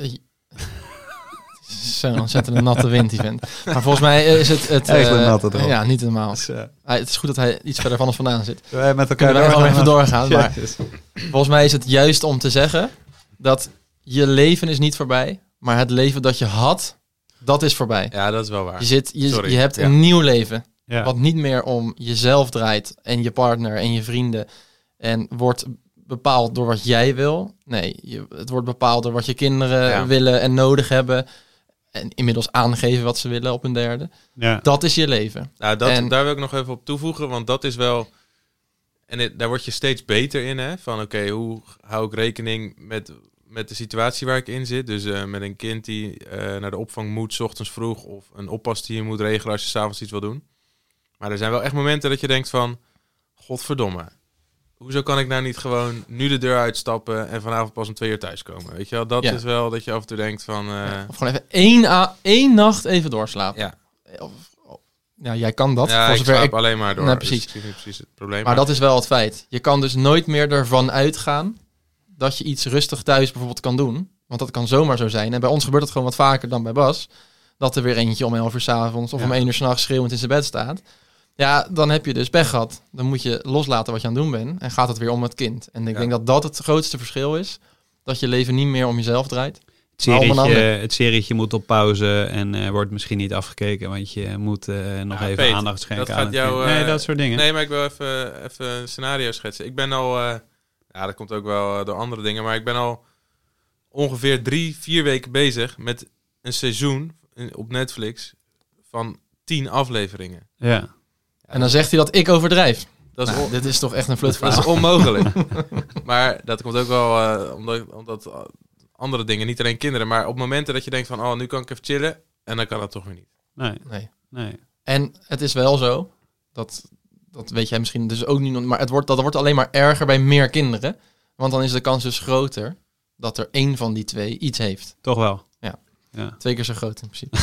Zo'n ontzettende natte wind die vindt. Maar volgens mij is het... het Echt een uh, natte drol. Ja, niet normaal. dus, uh, Hij, het is goed dat hij iets verder van ons vandaan zit. wij met elkaar Kunnen wij gewoon even doorgaan? doorgaan. Maar volgens mij is het juist om te zeggen dat je leven is niet voorbij, maar het leven dat je had, dat is voorbij. Ja, dat is wel waar. Je, zit, je, Sorry. je hebt Ja. een nieuw leven, Ja. wat niet meer om jezelf draait en je partner en je vrienden en wordt bepaald door wat jij wil. Nee, je, het wordt bepaald door wat je kinderen Ja. willen en nodig hebben. en inmiddels aangeven wat ze willen op hun derde. Ja. Dat is je leven. Nou, dat, En- daar wil ik nog even op toevoegen, want dat is wel... En het- daar word je steeds beter in, hè? Van oké, okay, hoe hou ik rekening met, met de situatie waar ik in zit? Dus uh, met een kind die uh, naar de opvang moet, 's ochtends vroeg, of een oppas die je moet regelen als je 's avonds iets wil doen. Maar er zijn wel echt momenten dat je denkt van, godverdomme, hoezo kan ik nou niet gewoon nu de deur uitstappen en vanavond pas om twee uur thuiskomen? Weet je wel, dat Ja. is wel dat je af en toe denkt van... Uh, Ja, of gewoon even één, a- één nacht even doorslapen. ja, Of, of- ja, jij kan dat. ja voor ik zover slaap ik, alleen maar door. Nee, Dus precies. ik zie niet precies het probleem. maar dat is wel het feit. Je kan dus nooit meer ervan uitgaan dat je iets rustig thuis bijvoorbeeld kan doen. Want dat kan zomaar zo zijn. En bij ons gebeurt het gewoon wat vaker dan bij Bas. Dat er weer eentje om elf uur 's avonds of Ja. om één uur 's nachts schreeuwend in zijn bed staat. Ja, dan heb je dus pech gehad. Dan moet je loslaten wat je aan het doen bent. En gaat het weer om het kind. En ik Ja. denk dat dat het grootste verschil is. Dat je leven niet meer om jezelf draait. Het Maar om een serietje, ander. het serietje moet op pauze en uh, wordt misschien niet afgekeken, want je moet uh, nog Ja, even Peter, aandacht schenken dat aan gaat het jou, kind. Nee, uh, dat soort dingen. Nee, maar ik wil even, even een scenario schetsen. Ik ben al, uh, ja, dat komt ook wel uh, door andere dingen, maar ik ben al ongeveer drie, vier weken bezig met een seizoen in- op Netflix van tien afleveringen. Ja. En dan zegt hij dat ik overdrijf. Dat is, Nou, on- dit is toch echt een dat is flutverhaal. onmogelijk. Maar dat komt ook wel uh, omdat, omdat uh, andere dingen, niet alleen kinderen, maar op momenten dat je denkt van, oh, nu kan ik even chillen, en dan kan dat toch weer niet. Nee, Nee. nee. En het is wel zo, dat, dat weet jij misschien dus ook niet, nog- maar het wordt, dat wordt alleen maar erger bij meer kinderen. Want dan is de kans dus groter dat er één van die twee iets heeft. Toch wel. Ja. Ja. Twee keer zo groot in principe.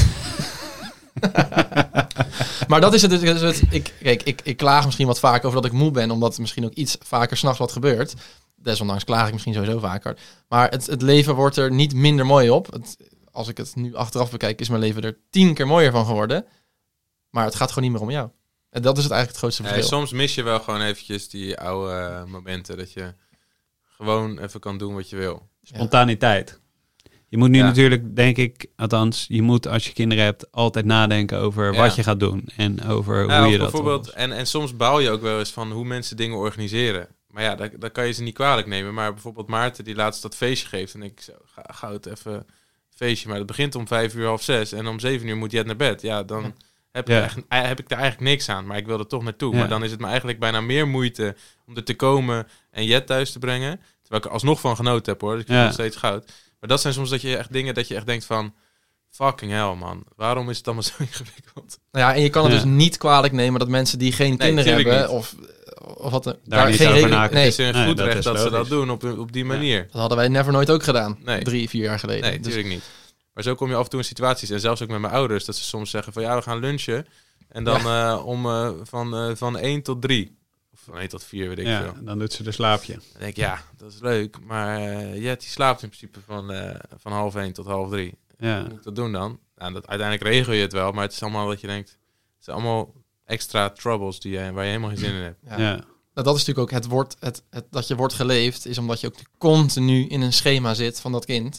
Maar dat is het. Dus het ik, kijk, ik, ik klaag misschien wat vaker over dat ik moe ben, omdat er misschien ook iets vaker 's nachts wat gebeurt. Desondanks klaag ik misschien sowieso vaker. Maar het, het leven wordt er niet minder mooi op. Het, als ik het nu achteraf bekijk, is mijn leven er tien keer mooier van geworden. Maar het gaat gewoon niet meer om jou. En dat is het eigenlijk het grootste Ja, verschil. soms mis je wel gewoon eventjes die oude uh, momenten dat je gewoon even kan doen wat je wil. Spontaniteit. Je moet nu Ja. natuurlijk, denk ik, althans, je moet als je kinderen hebt altijd nadenken over Ja. wat je gaat doen en over Ja, hoe of je dat bijvoorbeeld, doet. en, en soms baal je ook wel eens van hoe mensen dingen organiseren. Maar ja, daar, daar kan je ze niet kwalijk nemen. Maar bijvoorbeeld Maarten die laatst dat feestje geeft. En ik zo, ga, ga het even feestje. Maar dat begint om vijf uur, half zes. En om zeven uur moet Jet naar bed. Ja, dan heb, Ja. Ik echt, heb ik daar eigenlijk niks aan. Maar ik wil er toch naartoe. Ja. Maar dan is het me eigenlijk bijna meer moeite om er te komen en Jet thuis te brengen. Terwijl ik er alsnog van genoten heb hoor. Dus ik vind Ja. het nog steeds goud. Maar dat zijn soms dat je echt dingen dat je echt denkt van... Fucking hell man. Waarom is het allemaal zo ingewikkeld? Nou ja, en je kan het Ja. dus niet kwalijk nemen dat mensen die geen kinderen tuurlijk hebben... niet. Of, of wat, er- Daar niet geen over rekening- nadenken. Nee, Het is een Nee, goed dat recht is dat, ze dat logisch. doen op, op die manier. dat hadden wij never nooit ook gedaan. Nee. Drie, vier jaar geleden. Nee, Dus- natuurlijk niet. Maar zo kom je af en toe in situaties, en zelfs ook met mijn ouders, dat ze soms zeggen van ja, we gaan lunchen. En dan eh, om uh, van, uh, van één tot drie. Of van één tot vier, weet ik Ja, veel. Dan dan doet ze de slaapje. denk ik, ja, dat is leuk. Maar uh, Jet, die slaapt in principe van, uh, van half één tot half drie. Ja. Hoe moet ik dat doen dan? Nou, dat, uiteindelijk regel je het wel, maar het is allemaal dat je denkt, het zijn allemaal extra troubles die, je- waar je helemaal geen zin in hebt. Ja. Ja. Nou, dat is natuurlijk ook het, wordt, het, het dat je wordt geleefd, is omdat je ook continu in een schema zit van dat kind.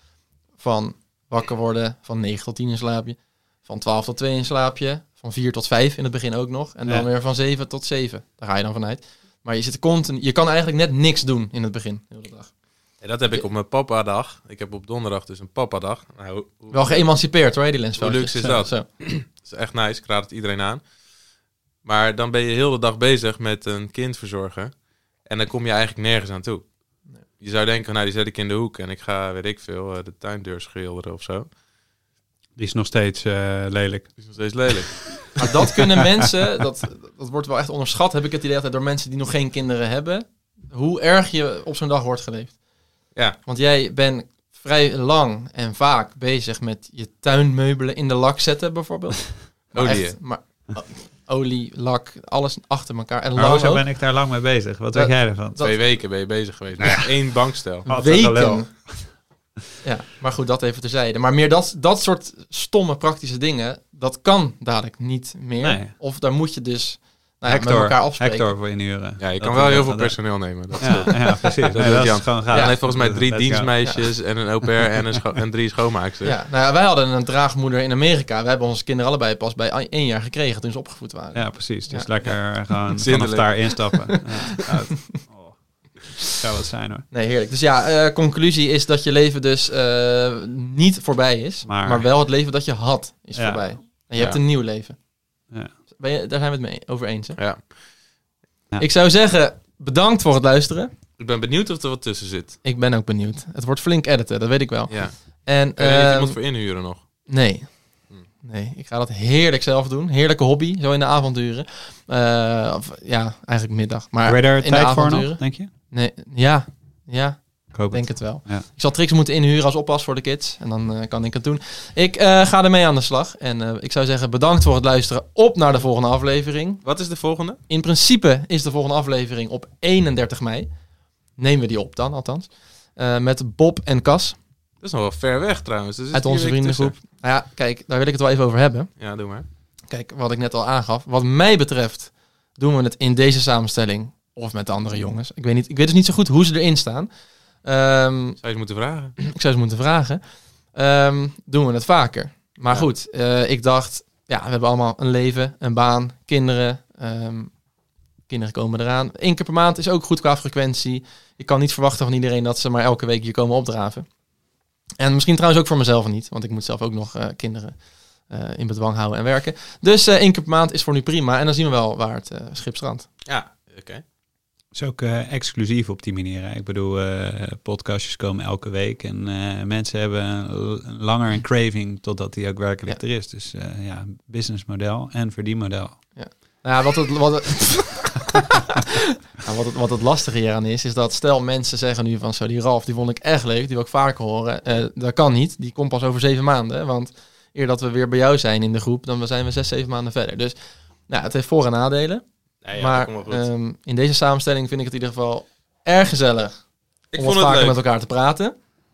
Van wakker worden, van negen tot tien in slaapje, van twaalf tot twee in slaapje, van vier tot vijf in het begin ook nog. En dan Ja. weer van zeven tot zeven. Daar ga je dan vanuit. Maar je zit continu, je kan eigenlijk net niks doen in het begin, de hele dag. En dat heb ik op mijn papa-dag. Ik heb op donderdag dus een papa-dag. Nou, hoe- hoe- Wel geëmancipeerd hoor, die lensfoutjes. luxe is Zo, dat? Zo. Dat is echt nice, ik raad het iedereen aan. Maar dan ben je heel de dag bezig met een kind verzorgen. En dan kom je eigenlijk nergens aan toe. Je zou denken, nou die zet ik in de hoek en ik ga, weet ik veel, eh, de tuindeur schilderen of zo. Die is nog steeds uh, lelijk. Dat is nog steeds lelijk. Maar dat kunnen mensen, dat, dat wordt wel echt onderschat, heb ik het idee altijd door mensen die nog geen kinderen hebben. Hoe erg je op zo'n dag wordt geleefd. Ja, Want jij bent vrij lang en vaak bezig met je tuinmeubelen in de lak zetten bijvoorbeeld. Maar Olie. echt, maar o- olie, lak, alles achter elkaar. En Maar lang hoezo ook. ben ik daar lang mee bezig? Wat Dat- weet jij ervan? twee weken ben je bezig geweest met één bankstel. Wat een gelul. Weken. Ja, maar goed, dat even terzijde. Maar meer dat, dat soort stomme praktische dingen, dat kan dadelijk niet meer. Nee. Of daar moet je dus nou ja, met Hector, elkaar afspreken. Hector voor inhuren. Ja, je Dat kan is wel heel dat veel dat- personeel nemen. Dat is Ja, goed. ja, precies. Nee, doet dat Jan. is gewoon Ja, gaaf. hij heeft volgens mij drie Let's go. dienstmeisjes en een au pair en, een scho- en drie schoonmaaksters. Ja, nou ja, wij hadden een draagmoeder in Amerika. We hebben onze kinderen allebei pas bij één jaar gekregen toen ze opgevoed waren. Ja, precies. Dus Ja. lekker gewoon vanaf Zindelijk. daar instappen. Ja, uit. Oh. zou het zijn hoor. Nee, heerlijk. Dus ja, uh, conclusie is dat je leven dus uh, niet voorbij is. Maar... maar wel het leven dat je had is ja. voorbij. En je ja. hebt een nieuw leven. Ja. Ben je, daar zijn we het mee over eens, hè? Ja. ja. Ik zou zeggen, bedankt voor het luisteren. Ik ben benieuwd of er wat tussen zit. Ik ben ook benieuwd. Het wordt flink editen, dat weet ik wel. Ja. En, Kun je er uh, niet iemand voor inhuren nog? Nee. Nee, ik ga dat heerlijk zelf doen. Heerlijke hobby, zo in de avonduren. Uh, of, ja, eigenlijk middag. Maar ben je er in tijd de voor avonduren, nog, denk je? Nee, ja, ja. Ik hoop denk het, het wel. Ja. Ik zal Trix moeten inhuren als oppas voor de kids. En dan uh, kan ik het doen. Ik uh, ga ermee aan de slag. En uh, ik zou zeggen, bedankt voor het luisteren. Op naar de volgende aflevering. Wat is de volgende? In principe is de volgende aflevering op eenendertig mei. Nemen we die op dan, althans. Uh, met Bob en Cas. Dat is nog wel ver weg trouwens. Dus uit onze vriendengroep. Nou ja, kijk, daar wil ik het wel even over hebben. Ja, doe maar. Kijk, wat ik net al aangaf. Wat mij betreft doen we het in deze samenstelling. Of met de andere jongens. Ik weet, niet, ik weet dus niet zo goed hoe ze erin staan. Um, zou je ze moeten vragen? Ik zou ze moeten vragen. Um, doen we het vaker. Maar ja. goed, uh, ik dacht... Ja, we hebben allemaal een leven, een baan, kinderen. Um, kinderen komen eraan. Eén keer per maand is ook goed qua frequentie. Ik kan niet verwachten van iedereen dat ze maar elke week hier komen opdraven. En misschien trouwens ook voor mezelf niet. Want ik moet zelf ook nog uh, kinderen uh, in bedwang houden en werken. Dus uh, één keer per maand is voor nu prima. En dan zien we wel waar het uh, schip strandt. Ja, oké. Okay. Het is ook uh, exclusief op die manier. Hè? Ik bedoel, uh, podcastjes komen elke week. En uh, mensen hebben l- langer een craving totdat die ook werkelijk ja. er is. Dus uh, ja, businessmodel en verdienmodel. Ja. Nou ja, wat het... Wat het nou, wat, het, wat het lastige hieraan is, is dat stel mensen zeggen nu van zo, die Ralf, die vond ik echt leuk, die wil ik vaker horen. Uh, dat kan niet, die komt pas over zeven maanden. Want eer dat we weer bij jou zijn in de groep, dan zijn we zes, zeven maanden verder. Dus nou, het heeft voor- en nadelen. Ja, ja, maar um, in deze samenstelling vind ik het in ieder geval erg gezellig ik om vond wat vaker leuk. met elkaar te praten.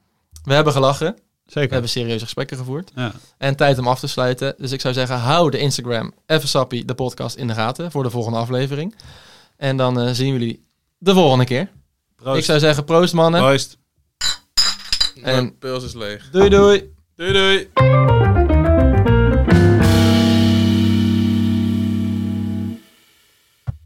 We hebben gelachen. Zeker. We hebben serieuze gesprekken gevoerd. Ja. En tijd om af te sluiten. Dus ik zou zeggen, hou de Instagram Effe Sappie, de podcast, in de gaten voor de volgende aflevering. En dan uh, zien we jullie de volgende keer. Proost. Ik zou zeggen, proost mannen. Proost. En pils is leeg. Doei doei. Doei doei.